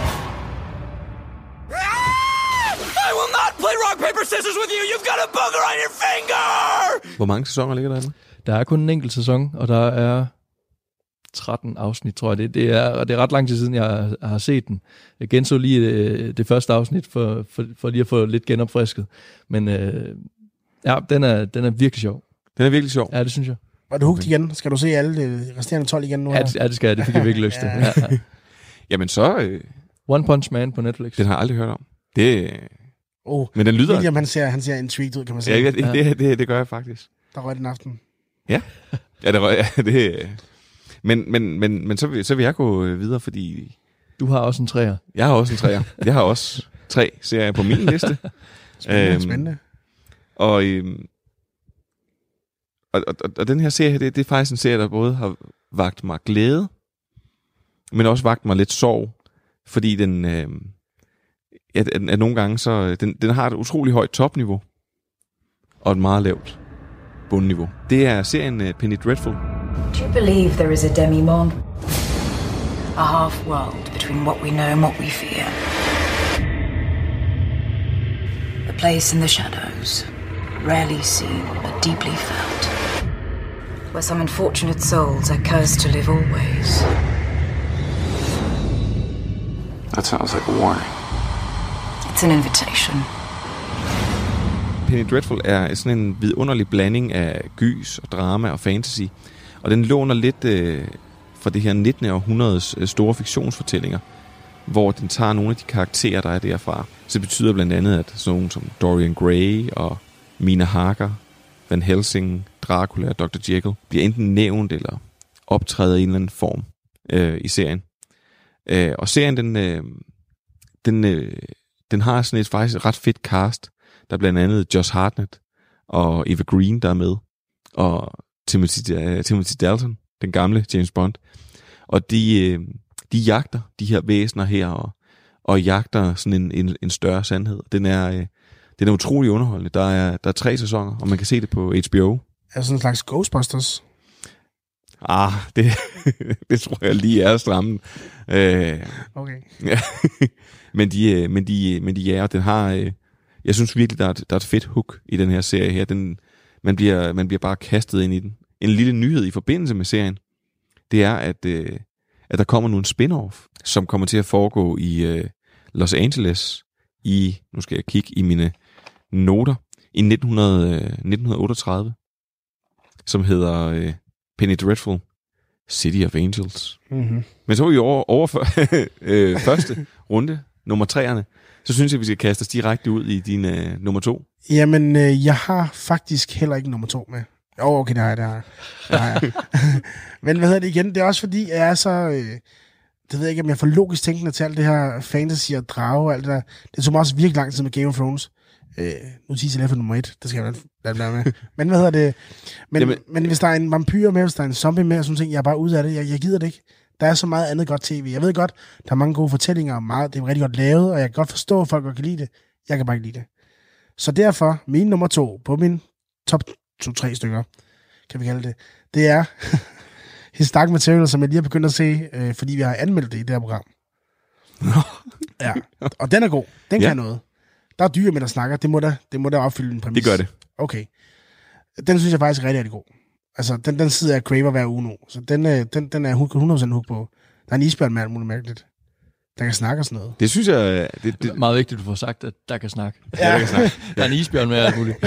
I will not play rock, paper, scissors with you! You've got a booger on your finger! Hvor mange sæsoner ligger der inde? Der er kun en enkelt sæson, og der er tretten afsnit, tror jeg. Det, det, er, og det er ret lang tid siden, jeg har, har set den. Jeg genså lige det, det første afsnit, for, for, for lige at få lidt genopfrisket. Men øh, ja, den er, den er virkelig sjov. Den er virkelig sjov? Ja, det synes jeg. Var du hugt igen? Skal du se alle de resterende tolv igen nu? Ja, det, ja, det skal jeg. Det fik jeg virkelig lyst til. Ja. Ja. Jamen så... Øh, One Punch Man på Netflix. Den har jeg aldrig hørt om. Det... Oh, men den lyder... William, han ser, han ser intrigued ud, kan man sige. Ja, det, ja. Det, det, det gør jeg faktisk. Der røg den aften. Ja. Ja, det røg ja, det... Men, men, men, men så, vil, så vil jeg gå videre, fordi... Du har også en træer. Jeg har også en træer. Jeg har også tre serier på min liste. Spændende, øhm, spændende. Og, øhm, og, og, og den her serie, det, det er faktisk en serie, der både har vagt mig glæde, men også vagt mig lidt sorg, fordi den, øh, at, at, at nogle gange, så den, den har et utroligt højt topniveau, og et meget lavt bundniveau. Det er serien uh, Penny Dreadful. Do you believe there is a demi-monde? A half-world between what we know and what we fear. A place in the shadows, rarely seen but deeply felt. Where some unfortunate souls are cursed to live always. That sounds like a warning. It's an invitation. Penny Dreadful er sådan en vidunderlig blanding af gys og drama og fantasy. Og den låner lidt øh, fra det her nittende århundredes øh, store fiktionsfortællinger, hvor den tager nogle af de karakterer, der er derfra. Så det betyder blandt andet, at sådan nogle som Dorian Gray og Mina Harker, Van Helsing, Dracula og doktor Jekyll bliver enten nævnt eller optræder i en eller anden form øh, i serien. Øh, og serien, den, øh, den, øh, den har sådan et faktisk ret fedt cast. Der er blandt andet Josh Hartnett og Eva Green, der er med, og Timothy, uh, Timothy Dalton, den gamle James Bond. Og de, uh, de jagter de her væsener her, og, og jagter sådan en, en, en større sandhed. Den er, uh, den er utrolig underholdende. Der er, der er tre sæsoner, og man kan se det på H B O. Er det sådan en slags Ghostbusters? Ah, det, det tror jeg lige er strammen. Uh, okay. Ja. men, de, men, de, men de er, og den har... Uh, jeg synes virkelig, der er, et, der er et fedt hook i den her serie her. Den, man, bliver, man bliver bare kastet ind i den. En lille nyhed i forbindelse med serien, det er, at, øh, at der kommer nu en spin-off, som kommer til at foregå i øh, Los Angeles i, nu skal jeg kigge i mine noter, i nitten otteogtredive, som hedder øh, Penny Dreadful, City of Angels. Mm-hmm. Men så er vi over, over for, øh, første runde, nummer treerne. Så synes jeg, vi skal kaste os direkte ud i din øh, nummer to. Jamen, øh, jeg har faktisk heller ikke nummer to med. Jo, oh, okay, det har jeg, det har jeg. Det har jeg. Men hvad hedder det igen? Det er også fordi, jeg er så... Øh, det ved jeg ikke, om jeg får logisk tænkende til alt det her fantasy og drage og alt det der. Det tog mig også virkelig lang tid med Game of Thrones. Øh, nu siger jeg for nummer et. Det skal jeg lade være med. Men hvad hedder det? Men, Jamen, men hvis der er en vampyr med, hvis der er en zombie med, og sådan ting, jeg er bare ude af det. Jeg, jeg gider det ikke. Der er så meget andet godt tv. Jeg ved godt, der er mange gode fortællinger, og meget, det er rigtig godt lavet, og jeg kan godt forstå, at folk godt kan lide det. Jeg kan bare ikke lide det. Så derfor, min nummer to på min top to-tre stykker, kan vi kalde det, det er His Dark Materials, som jeg lige har begyndt at se, øh, fordi vi har anmeldt det i det her program. Ja, og den er god. Den Ja. kan noget. Der er dyre med, der snakker. Det må da, det må da opfylde en præmis. Det gør det. Okay. Den synes jeg faktisk er rigtig, rigtig god. Altså, den, den sidder jeg og craver hver uge nu. Så den, øh, den, den er hundrede procent hook på. Der er en isbjørn med alt muligt mærkeligt. Der kan snakke og sådan noget. Det synes jeg... Det, Det er meget vigtigt, at du får sagt, at der kan snakke. Ja. der kan snakke. Der er en isbjørn med alt muligt.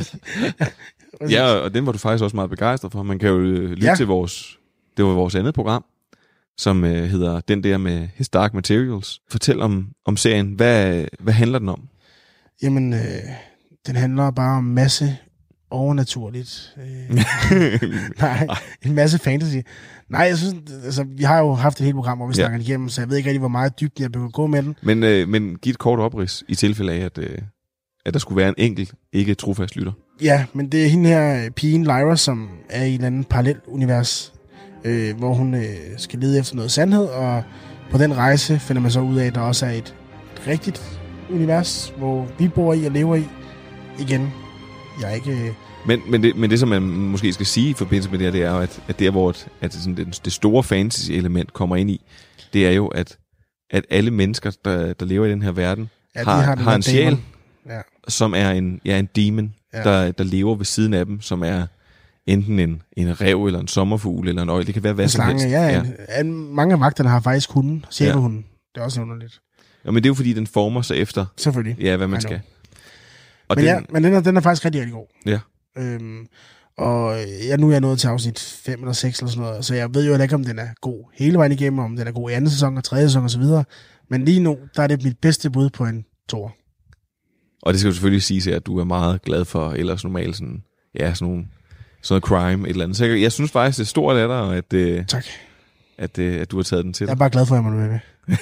Ja, og den var du faktisk også meget begejstret for. Man kan jo øh, lytte Ja. til vores... Det var vores andet program, som øh, hedder den der med His Dark Materials. Fortæl om, om serien. Hvad, hvad handler den om? Jamen, øh, den handler bare om masse overnaturligt. Øh, nej, en masse fantasy. Nej, jeg synes, altså, vi har jo haft et helt program, hvor vi Ja. snakker den igennem, så jeg ved ikke rigtig, hvor meget dybt jeg begynder at gå med den. Men, øh, men giv et kort oprids i tilfælde af, at, øh, at der skulle være en enkelt, ikke trofast lytter. Ja, men det er hende her, pigen Lyra, som er i en anden parallel univers, øh, hvor hun øh, skal lede efter noget sandhed, og på den rejse finder man så ud af, at der også er et, et rigtigt univers, hvor vi bor i og lever i. Igen, jeg er ikke... Øh, Men, men, det, men det, som man måske skal sige i forbindelse med det her, det er jo, at, at der, hvor et, at sådan det, det store fantasy-element kommer ind i, det er jo, at, at alle mennesker, der, der lever i den her verden, Ja, de har, har den har der en sjæl, demon. Ja. som er en, ja, en demon, Ja. der, der lever ved siden af dem, som er enten en, en ræv, eller en sommerfugl, eller en øje. Det kan være hvad en som slange, helst. ja. ja. En, en, mange af vagterne har faktisk hunden, sjælehunden. Det er også underligt. Ja, men det er jo fordi, den former sig efter, Selvfølgelig. ja, hvad man I skal. know. Og Men, den, ja, men den, er, den er faktisk rigtig, rigtig god. ja. Øhm, og jeg, nu er jeg nået til afsnit fem eller seks eller sådan noget, så jeg ved jo heller ikke, om den er god hele vejen igennem, om den er god i anden sæson og tredje sæson og så videre. Men lige nu, der er det mit bedste bud på en toer. Og det skal jo selvfølgelig sige, at du er meget glad for ellers normalt sådan, ja, sådan, nogle, sådan noget crime, et eller andet. Så jeg, jeg synes faktisk, det er stort af dig, at, øh, tak. At, øh, at du har taget den til Jeg er dig. bare glad for, at jeg må være med.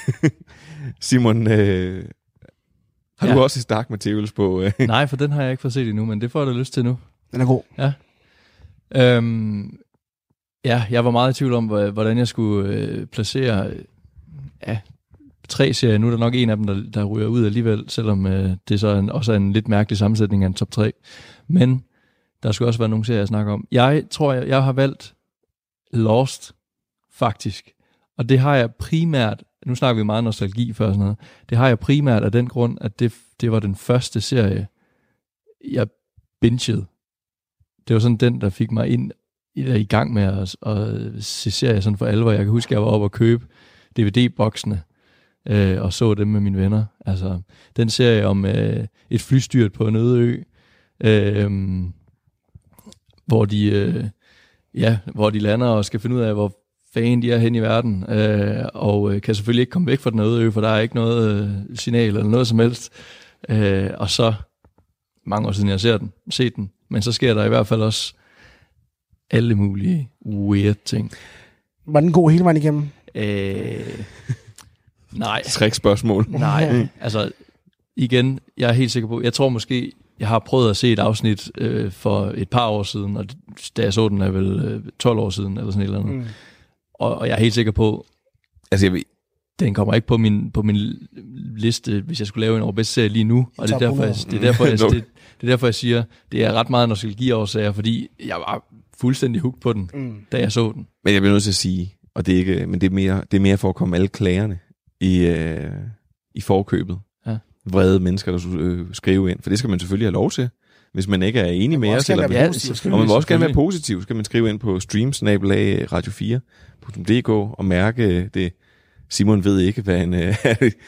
Simon, øh, har Ja. du også et Dark Materials på? Øh? Nej, for den har jeg ikke fået set endnu, men det får jeg da lyst til nu. Den er god. Ja. Øhm, ja, jeg var meget i tvivl om, hvordan jeg skulle øh, placere øh, ja, tre serier. Nu er der nok en af dem, der, der ryger ud alligevel, selvom øh, det så er en, også er en lidt mærkelig sammensætning af en top tre. Men der skulle også være nogle serier, jeg snakker om. Jeg tror, jeg, jeg har valgt Lost, faktisk. Og det har jeg primært, nu snakker vi meget nostalgi før sådan noget, det har jeg primært af den grund, at det, det var den første serie, jeg bingede. Det var sådan den, der fik mig ind i gang med at, at se serier sådan for alvor. Jeg kan huske, at jeg var oppe og købe D V D-boksene øh, og så dem med mine venner. Altså, den serie om øh, et flystyrt på en øde ø, øh, hvor de øh, ja, hvor de lander og skal finde ud af, hvor fanden de er hen i verden, øh, og øh, kan selvfølgelig ikke komme væk fra den øde ø, for der er ikke noget øh, signal eller noget som helst. Øh, og så, mange år siden jeg ser den, set den, men så sker der i hvert fald også alle mulige weird ting. Var den god hele vejen igennem? Øh, nej. Trick-spørgsmål. Nej, altså igen, jeg er helt sikker på, jeg tror måske, jeg har prøvet at se et afsnit øh, for et par år siden, og da jeg så den er vel øh, tolv år siden, eller sådan et eller andet. Mm. Og, og jeg er helt sikker på, altså jeg ved, den kommer ikke på min, på min liste, hvis jeg skulle lave en overbedste serie lige nu. Og det er, derfor, jeg, det, er derfor, jeg, det, det er derfor, jeg siger, det er ret meget nostalgiårsager, fordi jeg var fuldstændig hooked på den, mm. da jeg så den. Men jeg bliver nødt til at sige, og det er ikke, men det er mere, det er mere for at komme alle klagerne i, øh, i forkøbet. Ja. Vrede mennesker, der skulle øh, skrive ind. For det skal man selvfølgelig have lov til, hvis man ikke er enig med os. Eller, ja, og man må også gerne være positiv. Så kan man skrive ind på stream snabel-a radio fire punktum d k og mærke det. Simon ved ikke, hvad en uh,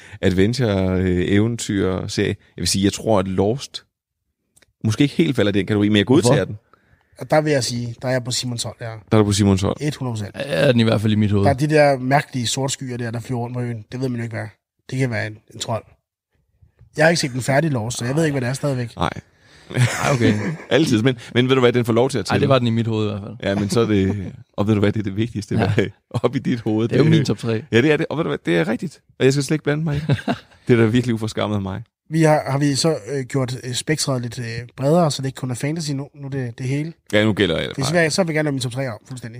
adventure-eventyr-serie. Jeg vil sige, jeg tror, at Lost måske ikke helt falder i den kategori, men jeg godtager den. Og der vil jeg sige, der er jeg på Simons hold, ja. Der er du på Simons hold. hundrede procent. Er den i hvert fald i mit hoved. Der er de der mærkelige sortskyer der, der flyver rundt på øen. Det ved man jo ikke, hvad. Det kan være en, en trold. Jeg har ikke set den færdige Lost, så jeg ved ikke, hvad det er stadigvæk. Nej. Ej, okay. Altid, men, men ved du hvad, den får lov til at tælle. Nej, det var den i mit hoved i hvert fald. Ja, men så er det, og ved du hvad, det er det vigtigste, ja. Hvad, op i dit hoved. Det er jo min top tre. Ja, det er det, og ved du hvad, det er rigtigt. Og jeg skal slet ikke blande mig i det. Det er da virkelig uforskammet af mig. Vi har, har vi så øh, gjort øh, spektret lidt øh, bredere, så det ikke kun er fantasy nu, nu er det det hele. Ja, nu gælder det. Hvis vi, så vil jeg gerne have min top tre om, fuldstændig.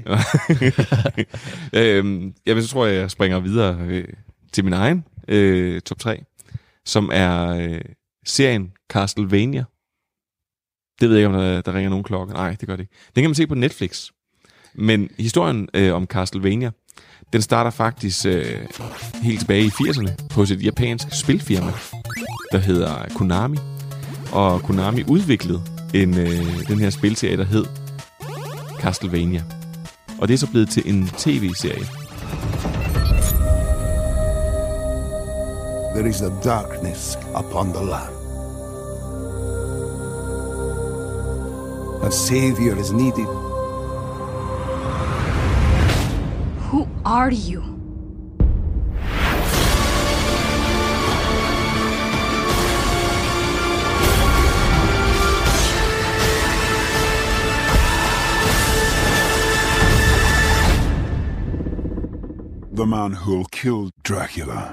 øhm, jamen, så tror jeg, jeg springer videre øh, til min egen øh, top tre, som er øh, serien Castlevania. Det ved jeg ikke, om der, der ringer nogen klokke. Nej, det gør det ikke. Den kan man se på Netflix. Men historien øh, om Castlevania, den starter faktisk øh, helt tilbage i firserne hos et japansk spilfirma, der hedder Konami. Og Konami udviklede en, øh, den her spilserie, der hed Castlevania. Og det er så blevet til en tv-serie. There is a darkness upon the land. A savior is needed. Who are you? The man who'll kill Dracula.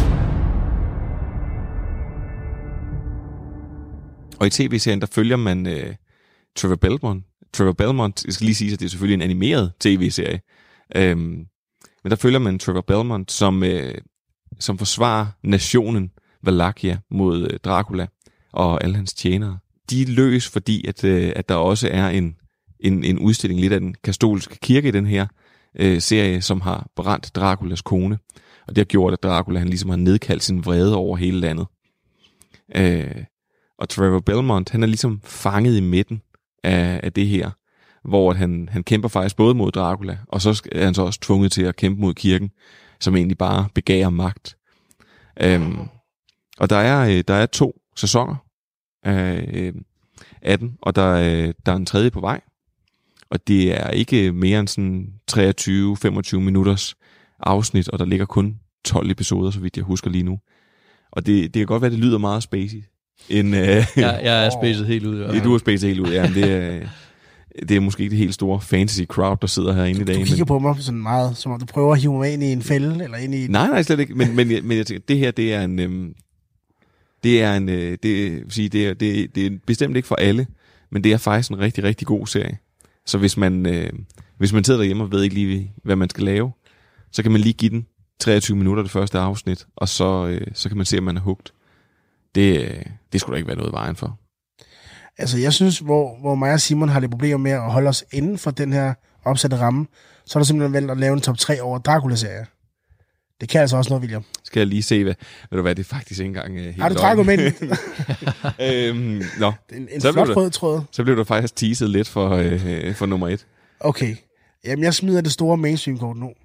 Og i tv-serien, der følger man øh, Trevor Belmont. Trevor Belmont, jeg skal lige sige, at det er selvfølgelig en animeret tv-serie. Øhm, men der følger man Trevor Belmont, som, øh, som forsvarer nationen Wallachia mod øh, Dracula og alle hans tjenere. De er løs, fordi at, øh, at der også er en, en, en udstilling lidt af den katolske kirke i den her øh, serie, som har brændt Draculas kone. Og det har gjort, at Dracula han ligesom har nedkaldt sin vrede over hele landet. Øh, og Trevor Belmont, han er ligesom fanget i midten af, af det her, hvor han, han kæmper faktisk både mod Dracula, og så er han så også tvunget til at kæmpe mod kirken, som egentlig bare begærer magt. Øhm, og der er, der er to sæsoner af, af den, og der er, der er en tredje på vej. Og det er ikke mere end sådan treogtyve til femogtyve minutters afsnit, og der ligger kun tolv episoder, så vidt jeg husker lige nu. Og det, det kan godt være, det lyder meget spacey. En, øh, jeg, jeg er spacet helt ud. Ja. Du er spacet helt ud, ja. Det er, det er måske ikke det helt store fantasy crowd, der sidder herinde i dag. Du kigger men... på mig sådan meget, som om du prøver at hive mig ind i en fælde, eller ind i... Nej, nej, slet ikke. Men, men, men jeg tænker, det her, det er en... Øhm, det er en... Øh, det, sige, det, er, det, det er bestemt ikke for alle, men det er faktisk en rigtig, rigtig god serie. Så hvis man, øh, hvis man sidder derhjemme og ved ikke lige, hvad man skal lave, så kan man lige give den treogtyve minutter det første afsnit, og så, øh, så kan man se, om man er hugt. Det, det skulle da ikke være noget i vejen for. Altså, jeg synes, hvor, hvor mig og Simon har lidt problemer med at holde os inden for den her opsatte ramme, så er der simpelthen valgt at lave en top tre over Dracula-serier. Det kan altså også noget, William. Skal jeg lige se, hvad, ved du hvad, det er faktisk ikke engang uh, helt har du Dracula med den? øhm, Nå. En, en så flot rød tråd. Så blev der faktisk teaset lidt for, øh, for nummer et. Okay. Jamen, jeg smider det store mainstream-kort nu.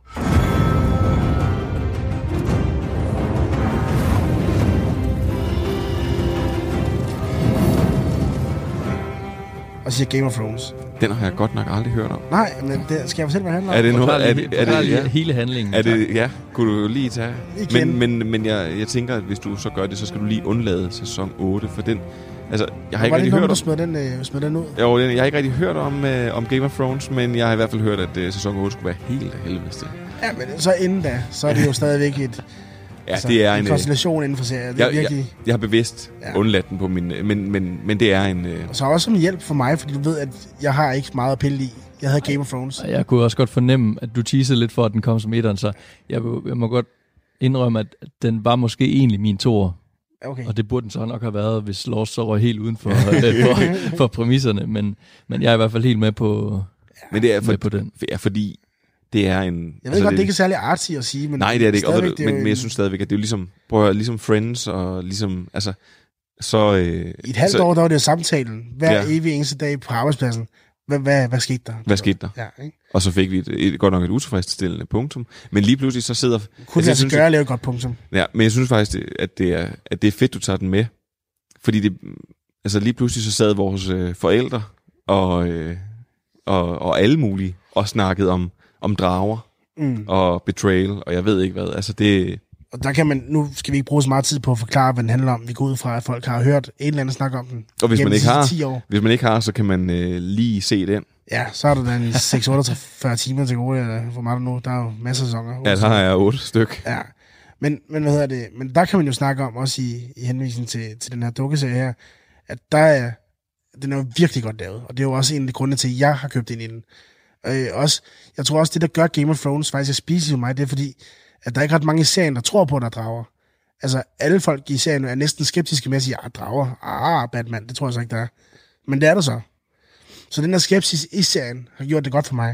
Og siger Game of Thrones. Den har jeg godt nok aldrig hørt om. Nej, men det, skal jeg fortælle, hvad det handler om? Er det noget? Er det, er det, er det ja. hele handlingen? Er det, ja, kunne du lige tage? Igen. Men, men, men jeg, jeg tænker, at hvis du så gør det, så skal du lige undlade sæson otte, for den... Altså, jeg har ikke rigtig hørt om... du smed den, øh, smed den ud? Jo, jeg har ikke rigtig hørt om, øh, om Game of Thrones, men jeg har i hvert fald hørt, at øh, sæson otte skulle være helt af helvede til. Ja, men så inden da, så er det jo stadigvæk et... Ja, altså, det er en, en konstellation inden for serien. Det er jeg, virkelig... jeg, jeg har bevidst ja. undladt den på min... Men, men, men det er en... Øh... Og så også som hjælp for mig, fordi du ved, at jeg har ikke meget at pille i. Jeg havde Game of Thrones. Jeg kunne også godt fornemme, at du teasede lidt for, at den kom som etteren, så jeg, jeg må godt indrømme, at den var måske egentlig min toer. Okay. Og det burde den så nok have været, hvis Lost så røg helt uden for, for, for præmisserne. Men, men jeg er i hvert fald helt med på, men det er for, med på den. Ja, fordi... Det er en... Jeg ved altså, godt, det, det ikke er særlig artsy at sige, men... Nej, det er det ikke, og, det er men, en... men jeg synes stadigvæk, at det er jo ligesom... Prøv at, ligesom Friends og ligesom... Altså, så... Øh, I et halvt så, år, der var det samtalen. Hver ja. evig eneste dag på arbejdspladsen. Hvad, hvad, hvad skete der? Hvad skete der? Ja, ikke? Og så fik vi et, et, godt nok et utilfredsstillende punktum. Men lige pludselig så sidder... Kunne det altså gøre at lave et godt punktum? Ja, men jeg synes faktisk, at det er, at det er fedt, du tager den med. Fordi det... Altså lige pludselig så sad vores øh, forældre og, øh, og, og alle mulige og snakkede om, om drager. Mm. Og betrayal, og jeg ved ikke hvad. Altså det... Og der kan man, nu skal vi ikke bruge så meget tid på at forklare, hvad den handler om. Vi går ud fra, at folk har hørt en eller anden snak om den. Og hvis man ikke har, hvis man ikke har, så kan man øh, lige se den. Ja, så er der den seks otteogfyrre timer til gode. Hvor meget er nu? Der er jo masser af sæsoner. Ja, der har jeg otte styk. Ja, men, men hvad hedder det? Men der kan man jo snakke om, også i, i henvisning til, til den her dukkeserie her, at der er, den er jo virkelig godt lavet. Og det er jo også en af de grunde til, at jeg har købt ind i den. Øh, også, jeg tror også, det der gør Game of Thrones faktisk at spise for mig, det er fordi, at der er ikke ret mange i serien, der tror på, at der er drager. Altså, alle folk i serien er næsten skeptiske med at sige, ah, drager, ah, Batman, det tror jeg så ikke, der er. Men det er der så. Så den der skepsis i serien har gjort det godt for mig.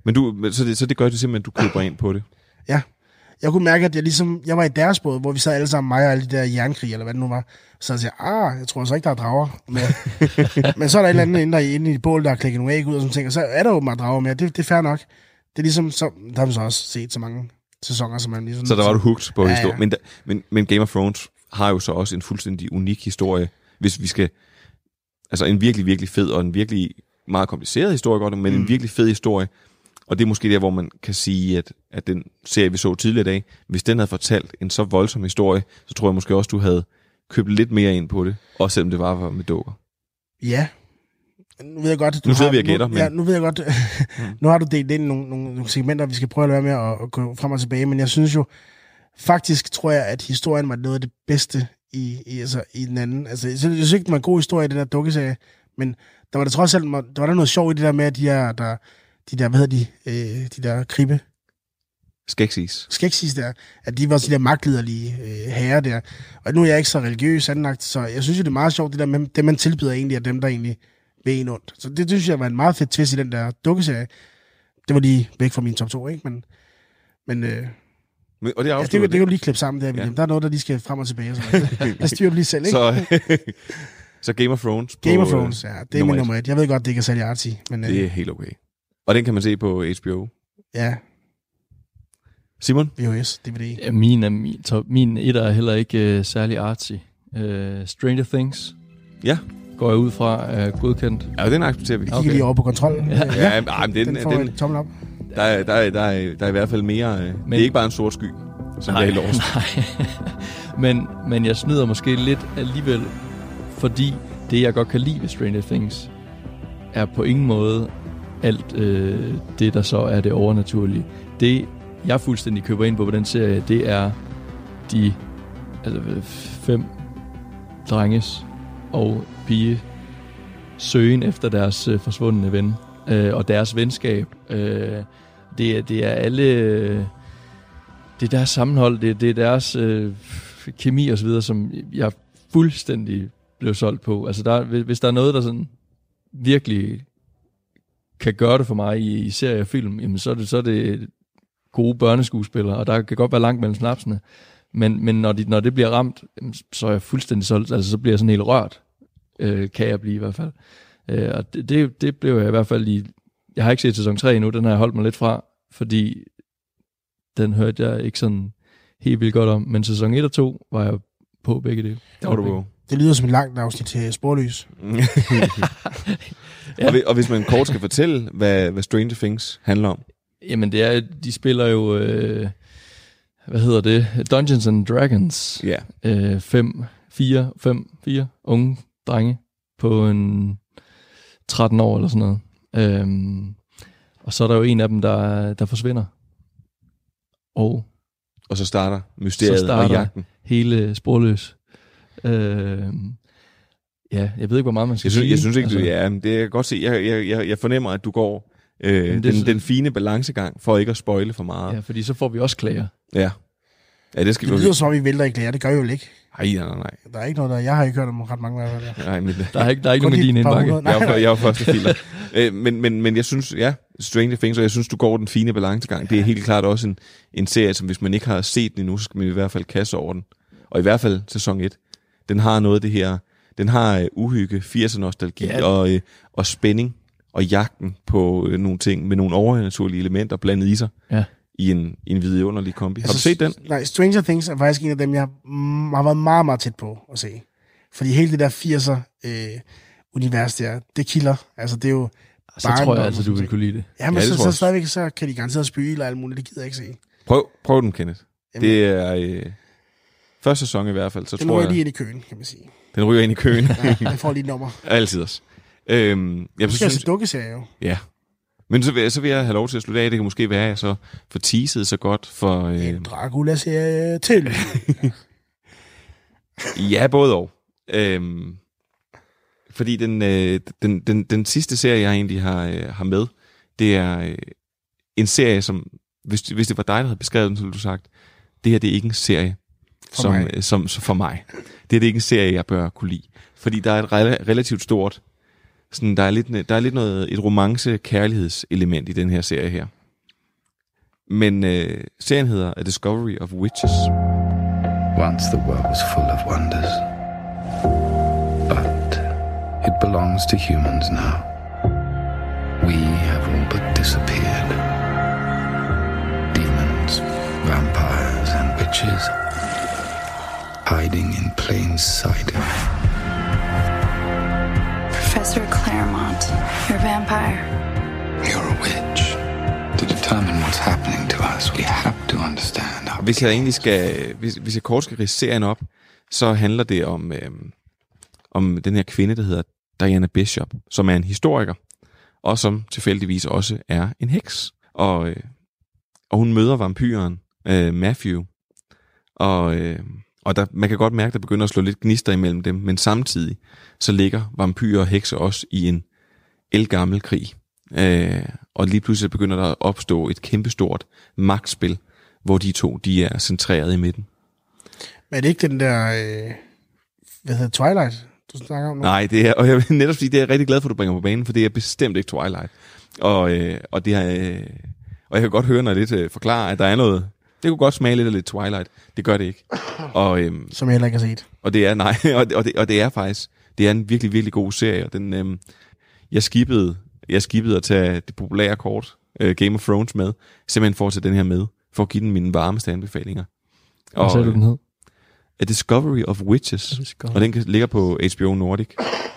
Men du, så, det, så det gør det simpelthen, at du køber ind på det? Ja. Jeg kunne mærke, at jeg ligesom, jeg var i deres båd, hvor vi sad alle sammen, mig og alle de der jernkrig, eller hvad det nu var. Så jeg sagde, ah, jeg tror så ikke, der er drager med. Men så er der et eller andet inde, der, inde i bålet, der har klikket nogle æg ud og sådan ting, og så er der åbenbart drager med. Det, det er fair nok. Det er ligesom, så, der har vi så også set så mange sæsoner, som man ligesom... Så der var du hooked på ja, historien. ja. Men, men, men Game of Thrones har jo så også en fuldstændig unik historie, hvis vi skal... Altså en virkelig, virkelig fed, og en virkelig meget kompliceret historie, godt, men mm. en virkelig fed historie. Og det er måske der, hvor man kan sige, at, at den serie, vi så tidligere i dag, hvis den havde fortalt en så voldsom historie, så tror jeg måske også, du havde købt lidt mere ind på det, også selvom det var med dukker. Ja. Nu ved jeg godt, du nu sidder har, vi og gætter, nu, men... Ja, nu ved jeg godt, nu har du delt ind i nogle, nogle, nogle segmenter, vi skal prøve at lade være med at, at gå frem og tilbage, men jeg synes jo, faktisk tror jeg, at historien var noget af det bedste i, i, altså, i den anden. Altså, jeg synes ikke, det var en god historie i den der dukkeserie, men der var der trods alt, der var der noget sjov i det der med, at de her, der, de der, hvad hedder de, øh, de der kribbe? Skeksis. Skeksis der, at de var de der magtliderlige øh, herrer der. Og nu er jeg ikke så religiøs anlagt, så jeg synes jo, det er meget sjovt, det der med, det man tilbyder egentlig, er dem, der egentlig vil en ondt. Så det synes jeg var en meget fed twist i den der dukkeserie. Det var lige væk fra min top to, ikke? Men, men, øh, men og det, ja, det, det kan du lige klippe sammen der, William. Ja. Der er noget, der lige skal frem og tilbage. Så der styrer du lige selv, ikke? Så, så Game of Thrones. Game of Thrones, ja. Det er min nummer et. Jeg ved godt, det ikke er særlig artsy. Men, det er øh, helt okay. Og den kan man se på H B O. Ja. Simon? V H S, D V D. Ja, min, er, min, top, min etter er heller ikke uh, særlig artsy. Uh, Stranger Things. Ja. Går jeg ud fra uh, godkendt. Ja, den accepterer vi. Jeg kigger lige over på kontrollen. Ja, ja, ja men den, den får den, en tommel op. Der er, der, er, der, er, der er i hvert fald mere... Men, det er ikke bare en sort sky, som nej, det er i Lost. Nej. men, men jeg snyder måske lidt alligevel, fordi det, jeg godt kan lide ved Stranger Things, er på ingen måde alt øh, det, der så er det overnaturlige. Det, jeg fuldstændig køber ind på på den serie, det er de altså, fem drenges og pige søgen efter deres øh, forsvundne ven, øh, og deres venskab. Øh, det, er, det er alle... Øh, det er deres sammenhold, det, det er deres øh, kemi og så videre, som jeg fuldstændig blev solgt på. Altså, der, hvis der er noget, der sådan virkelig kan gøre det for mig i, i serie og film, jamen så er det, så er det gode børneskuespillere, og der kan godt være langt mellem snapsene. Men, men når, de, når det bliver ramt, så er jeg fuldstændig solgt. Altså, så bliver jeg sådan helt rørt, øh, kan jeg blive i hvert fald. Øh, og det, det, det blev jeg i hvert fald i... Jeg har ikke set sæson tre endnu, den har jeg holdt mig lidt fra, fordi den hørte jeg ikke sådan helt vildt godt om. Men sæson et og to var jeg på begge dele. Der var du på. Det lyder som et langt afsnit til Sporløs. Ja. og, og hvis man kort skal fortælle, hvad, hvad Stranger Things handler om? Jamen det er, de spiller jo, øh, hvad hedder det, Dungeons and Dragons. Ja. Øh, fem, fire, fem, fire unge drenge på en tretten år eller sådan noget. Øhm, og så er der jo en af dem, der, der forsvinder. Og, og så starter mysteriet så starter og jagten. Hele Sporløs. Øhm, ja, jeg ved ikke, hvor meget man skal jeg synes, sige. Jeg synes ikke, altså, du, ja, det kan jeg godt se. Jeg, jeg, jeg, jeg fornemmer, at du går øh, den, så, den fine balancegang, for ikke at spoile for meget. Ja, fordi så får vi også klager. Ja. Ja, det skal det lyder som, vi vælter i klager. Det gør vi jo ikke. Nej, nej, nej. Der er ikke noget, der... Jeg har ikke hørt om ret mange af det. Nej, men... Der er ikke, der er ikke nogen i din indbakke. Jeg er jo første filer. øh, men, men, men jeg synes, ja, Stranger Things, og jeg synes, du går den fine balancegang. Det er helt klart også en, en serie, som hvis man ikke har set den endnu, så skal man i hvert fald kaste over den. Og i hvert fald sæson et. Den har noget af det her... Den har uh, uhygge, firser-nostalgi ja. og, uh, og spænding og jagten på uh, nogle ting med nogle overnaturlige elementer blandet i sig. Ja. I en, i en vidunderlig kombi. Altså, har du set den? Nej, Stranger Things er faktisk en af dem, jeg har været meget, meget tæt på at se. Fordi hele det der firser-univers øh, der, det kilder. Altså, det er jo... Så tror jeg altså, du vil kunne lide det. Ja, men ja, så, så stadigvæk så kan de garanteret spyle og alt muligt. Det gider jeg ikke se. Prøv, prøv den, Kenneth. Jamen. Det er øh, første sæson i hvert fald. Så den tror ryger jeg, lige ind i køen, kan man sige. Den ryger ind i køen. Ja, den får lige et nummer. Altid også. Øhm, jeg du skal synes, altså dukkeserie jo. Ja. Men så vil, så vil jeg have lov til at slutte af. Det kan måske være, at jeg så får teaset så godt for... Øh... En Dracula-serie til. Ja, både og. Øhm, fordi den, øh, den, den, den sidste serie, jeg egentlig har, øh, har med, det er øh, en serie, som... Hvis, hvis det var dig, der havde beskrevet den, så ville du sagt, det her det er ikke en serie for som, mig. Øh, som, som for mig. Det er det ikke en serie, jeg bør kunne lide. Fordi der er et re- relativt stort Sådan, der, er lidt, der er lidt noget, et romance-kærlighedselement i den her serie her. Men øh, serien hedder A Discovery of Witches. Once the world was full of wonders, but it belongs to humans now. We have all but disappeared. Demons, vampires, and witches hiding in plain sight. Professor Claremont, you're a vampire. You're a witch. To determine what's happening to us, we have to understand how. Hvis jeg egentlig skal, hvis, hvis jeg kort skal ridse serien op, så handler det om, øh, om den her kvinde, der hedder Diana Bishop, som er en historiker, og som tilfældigvis også er en heks. Og, øh, og hun møder vampyren øh, Matthew, og, øh, og der, man kan godt mærke, at der begynder at slå lidt gnister imellem dem, men samtidig så ligger vampyrer og hekse også i en ældgammel krig. Øh, og lige pludselig begynder der at opstå et kæmpestort magtspil, hvor de to, de er centreret i midten. Men er det ikke den der, øh, hvad hedder Twilight, du snakker om nu? Nej, det er, og jeg vil netop sige, det er jeg rigtig glad for, at du bringer på banen, for det er bestemt ikke Twilight. Og, øh, og, det er, øh, og jeg kan godt høre, når det øh, forklarer, at der er noget, det kunne godt smage lidt af lidt Twilight. Det gør det ikke. Og, øh, Som jeg heller ikke har set. Og det er, nej, og, og, det, og det er faktisk, det er en virkelig, virkelig god serie, og den, øh, jeg skippede, jeg skippede at tage det populære kort, øh, Game of Thrones med, simpelthen for at tage den her med, for at give den mine varmeste anbefalinger. Hvad sagde du den hed? A Discovery of Witches, Discovery. Og den ligger på H B O Nordic.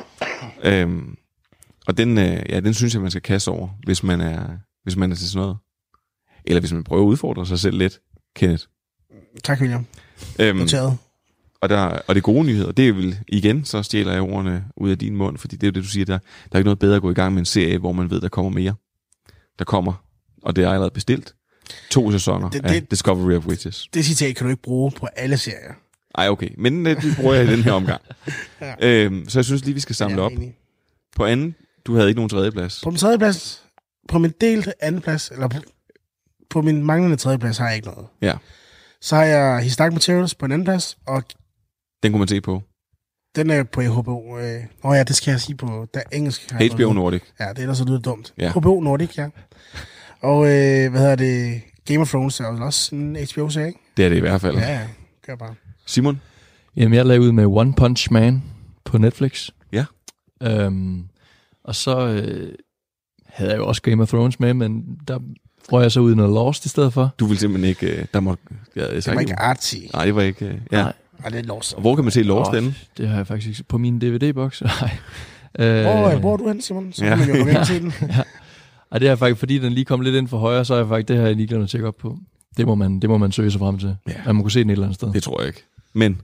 øhm, og den, øh, ja, den synes jeg, man skal kaste over, hvis man er, hvis man er til sådan noget. Eller hvis man prøver at udfordre sig selv lidt, Kenneth. Tak, William. Øhm, og, der, og det gode nyheder, det er vel igen, så stjæler jeg ordene ud af din mund, fordi det er jo det, du siger, der, der er ikke noget bedre at gå i gang med en serie, hvor man ved, der kommer mere. Der kommer, og det er allerede bestilt, to sæsoner det, det, af Discovery of Witches. Det citat kan du ikke bruge på alle serier. Ej, okay. Men det bruger jeg i den her omgang. ja. øhm, så jeg synes lige, vi skal samle op. Enig. På anden, du havde ikke nogen tredjeplads. På min tredjeplads, på min delte andenplads, eller på, på min manglende tredjeplads, har jeg ikke noget. Ja. Så har jeg His Dark Materials på en anden plads, og den kunne man se på. Den er på H B O. Øh, åh ja, det skal jeg sige på der engelsk. H B O Nordic. Ja, det er ellers så lyder dumt. Ja. H B O Nordic, ja. Og øh, hvad hedder det? Game of Thrones er også en H B O-serie, ikke? Det er det i hvert fald. Ja, ja. Gør bare. Simon? Jamen, jeg lavede ud med One Punch Man på Netflix. Ja. Øhm, og så øh, havde jeg jo også Game of Thrones med, men der røg jeg så ud i noget Lost i stedet for. Du ville simpelthen ikke... Øh, der må, ja, det var ikke artsy. Nej, det var ikke... Øh, ja. Nej. Ej, det er Lost. Og hvor kan man se Lost henne? Det har jeg faktisk ikke på min D V D-boks. Nej. Hvor øh, bor du hen, Simon? Så ja. kan man jo komme ind og se den. ja. Ej, det er faktisk, fordi den lige kom lidt ind for højre, så er jeg faktisk, det her jeg lige glemt at tjekke op på. Det må man, det må man søge sig frem til. Ja. Man må kunne se den et eller andet sted. Det tror jeg ikke. Men...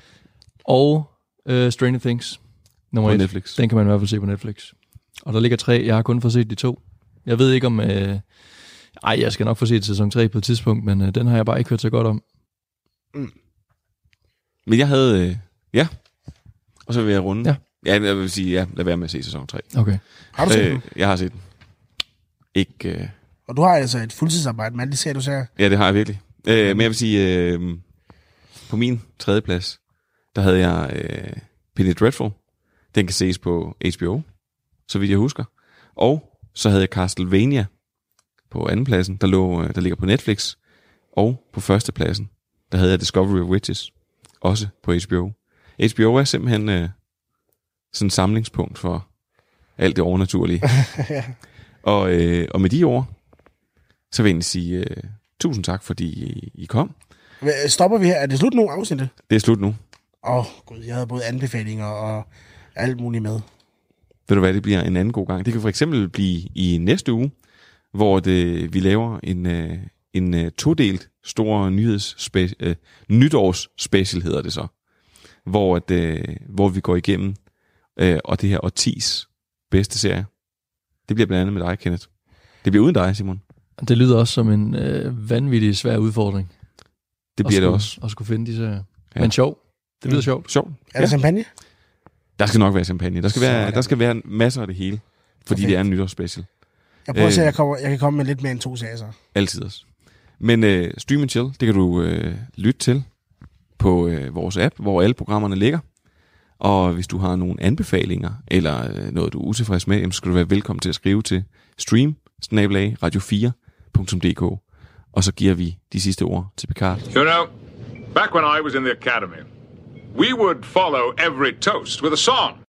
Og uh, Stranger Things. Nummer et. Netflix. Den kan man i hvert fald se på Netflix. Og der ligger tre. Jeg har kun fået set de to. Jeg ved ikke om... Øh... Ej, jeg skal nok få set sæson tre på et tidspunkt, men øh, den har jeg bare ikke hørt så godt om. Mm. Men jeg havde... Øh... Ja. Og så vil jeg runde. Ja. Ja, jeg vil sige, ja, lad være med at se sæson tre. Okay. Har du set øh, den? Jeg har set den. Ikke... Øh... Og du har altså et fuldtidsarbejde med alle de serier, du ser. Ja, det har jeg virkelig. Øh, men jeg vil sige, øh, på min tredje plads, der havde jeg øh, Penny Dreadful. Den kan ses på H B O, så vidt jeg husker. Og så havde jeg Castlevania på anden pladsen, der, lå, der ligger på Netflix. Og på første pladsen, der havde jeg Discovery of Witches, også på H B O. H B O er simpelthen øh, sådan et samlingspunkt for alt det overnaturlige. ja. og, øh, og med de ord, så vil jeg egentlig sige øh, tusind tak, fordi I, I kom. Stopper vi her? Er det slut nu, afsnittet? Det er slut nu. Åh, oh, gud, jeg havde både anbefalinger og alt muligt med. Ved du hvad, det bliver en anden god gang. Det kan for eksempel blive i næste uge, hvor det, vi laver en, øh, en øh, todelt stor nyhedsspecial, øh, nytårsspecial hedder det så, hvor, at, øh, hvor vi går igennem øh, og det her årtis bedste serie. Det bliver blandt andet med dig, Kenneth. Det bliver uden dig, Simon. Det lyder også som en øh, vanvittig svær udfordring. Det bliver skulle, det også. At skulle finde de serier. Ja. Men sjov. Det lyder mm. sjovt. Sjov. Er der ja. champagne? Der skal nok være champagne. Der skal, være, der skal være masser af det hele, fordi Perfekt. Det er en nytårsspecial. Jeg prøver at se, at jeg, kommer, jeg kan komme med lidt mere end to serier så. Altid også. Men øh, Stream and Chill, det kan du øh, lytte til på øh, vores app, hvor alle programmerne ligger. Og hvis du har nogle anbefalinger, eller noget, du er utilfreds med, så skal du være velkommen til at skrive til stream snabel-a radio fire punktum d k. Og så giver vi de sidste ord til Picard. You know, back when I was in the academy, we would follow every toast with a song.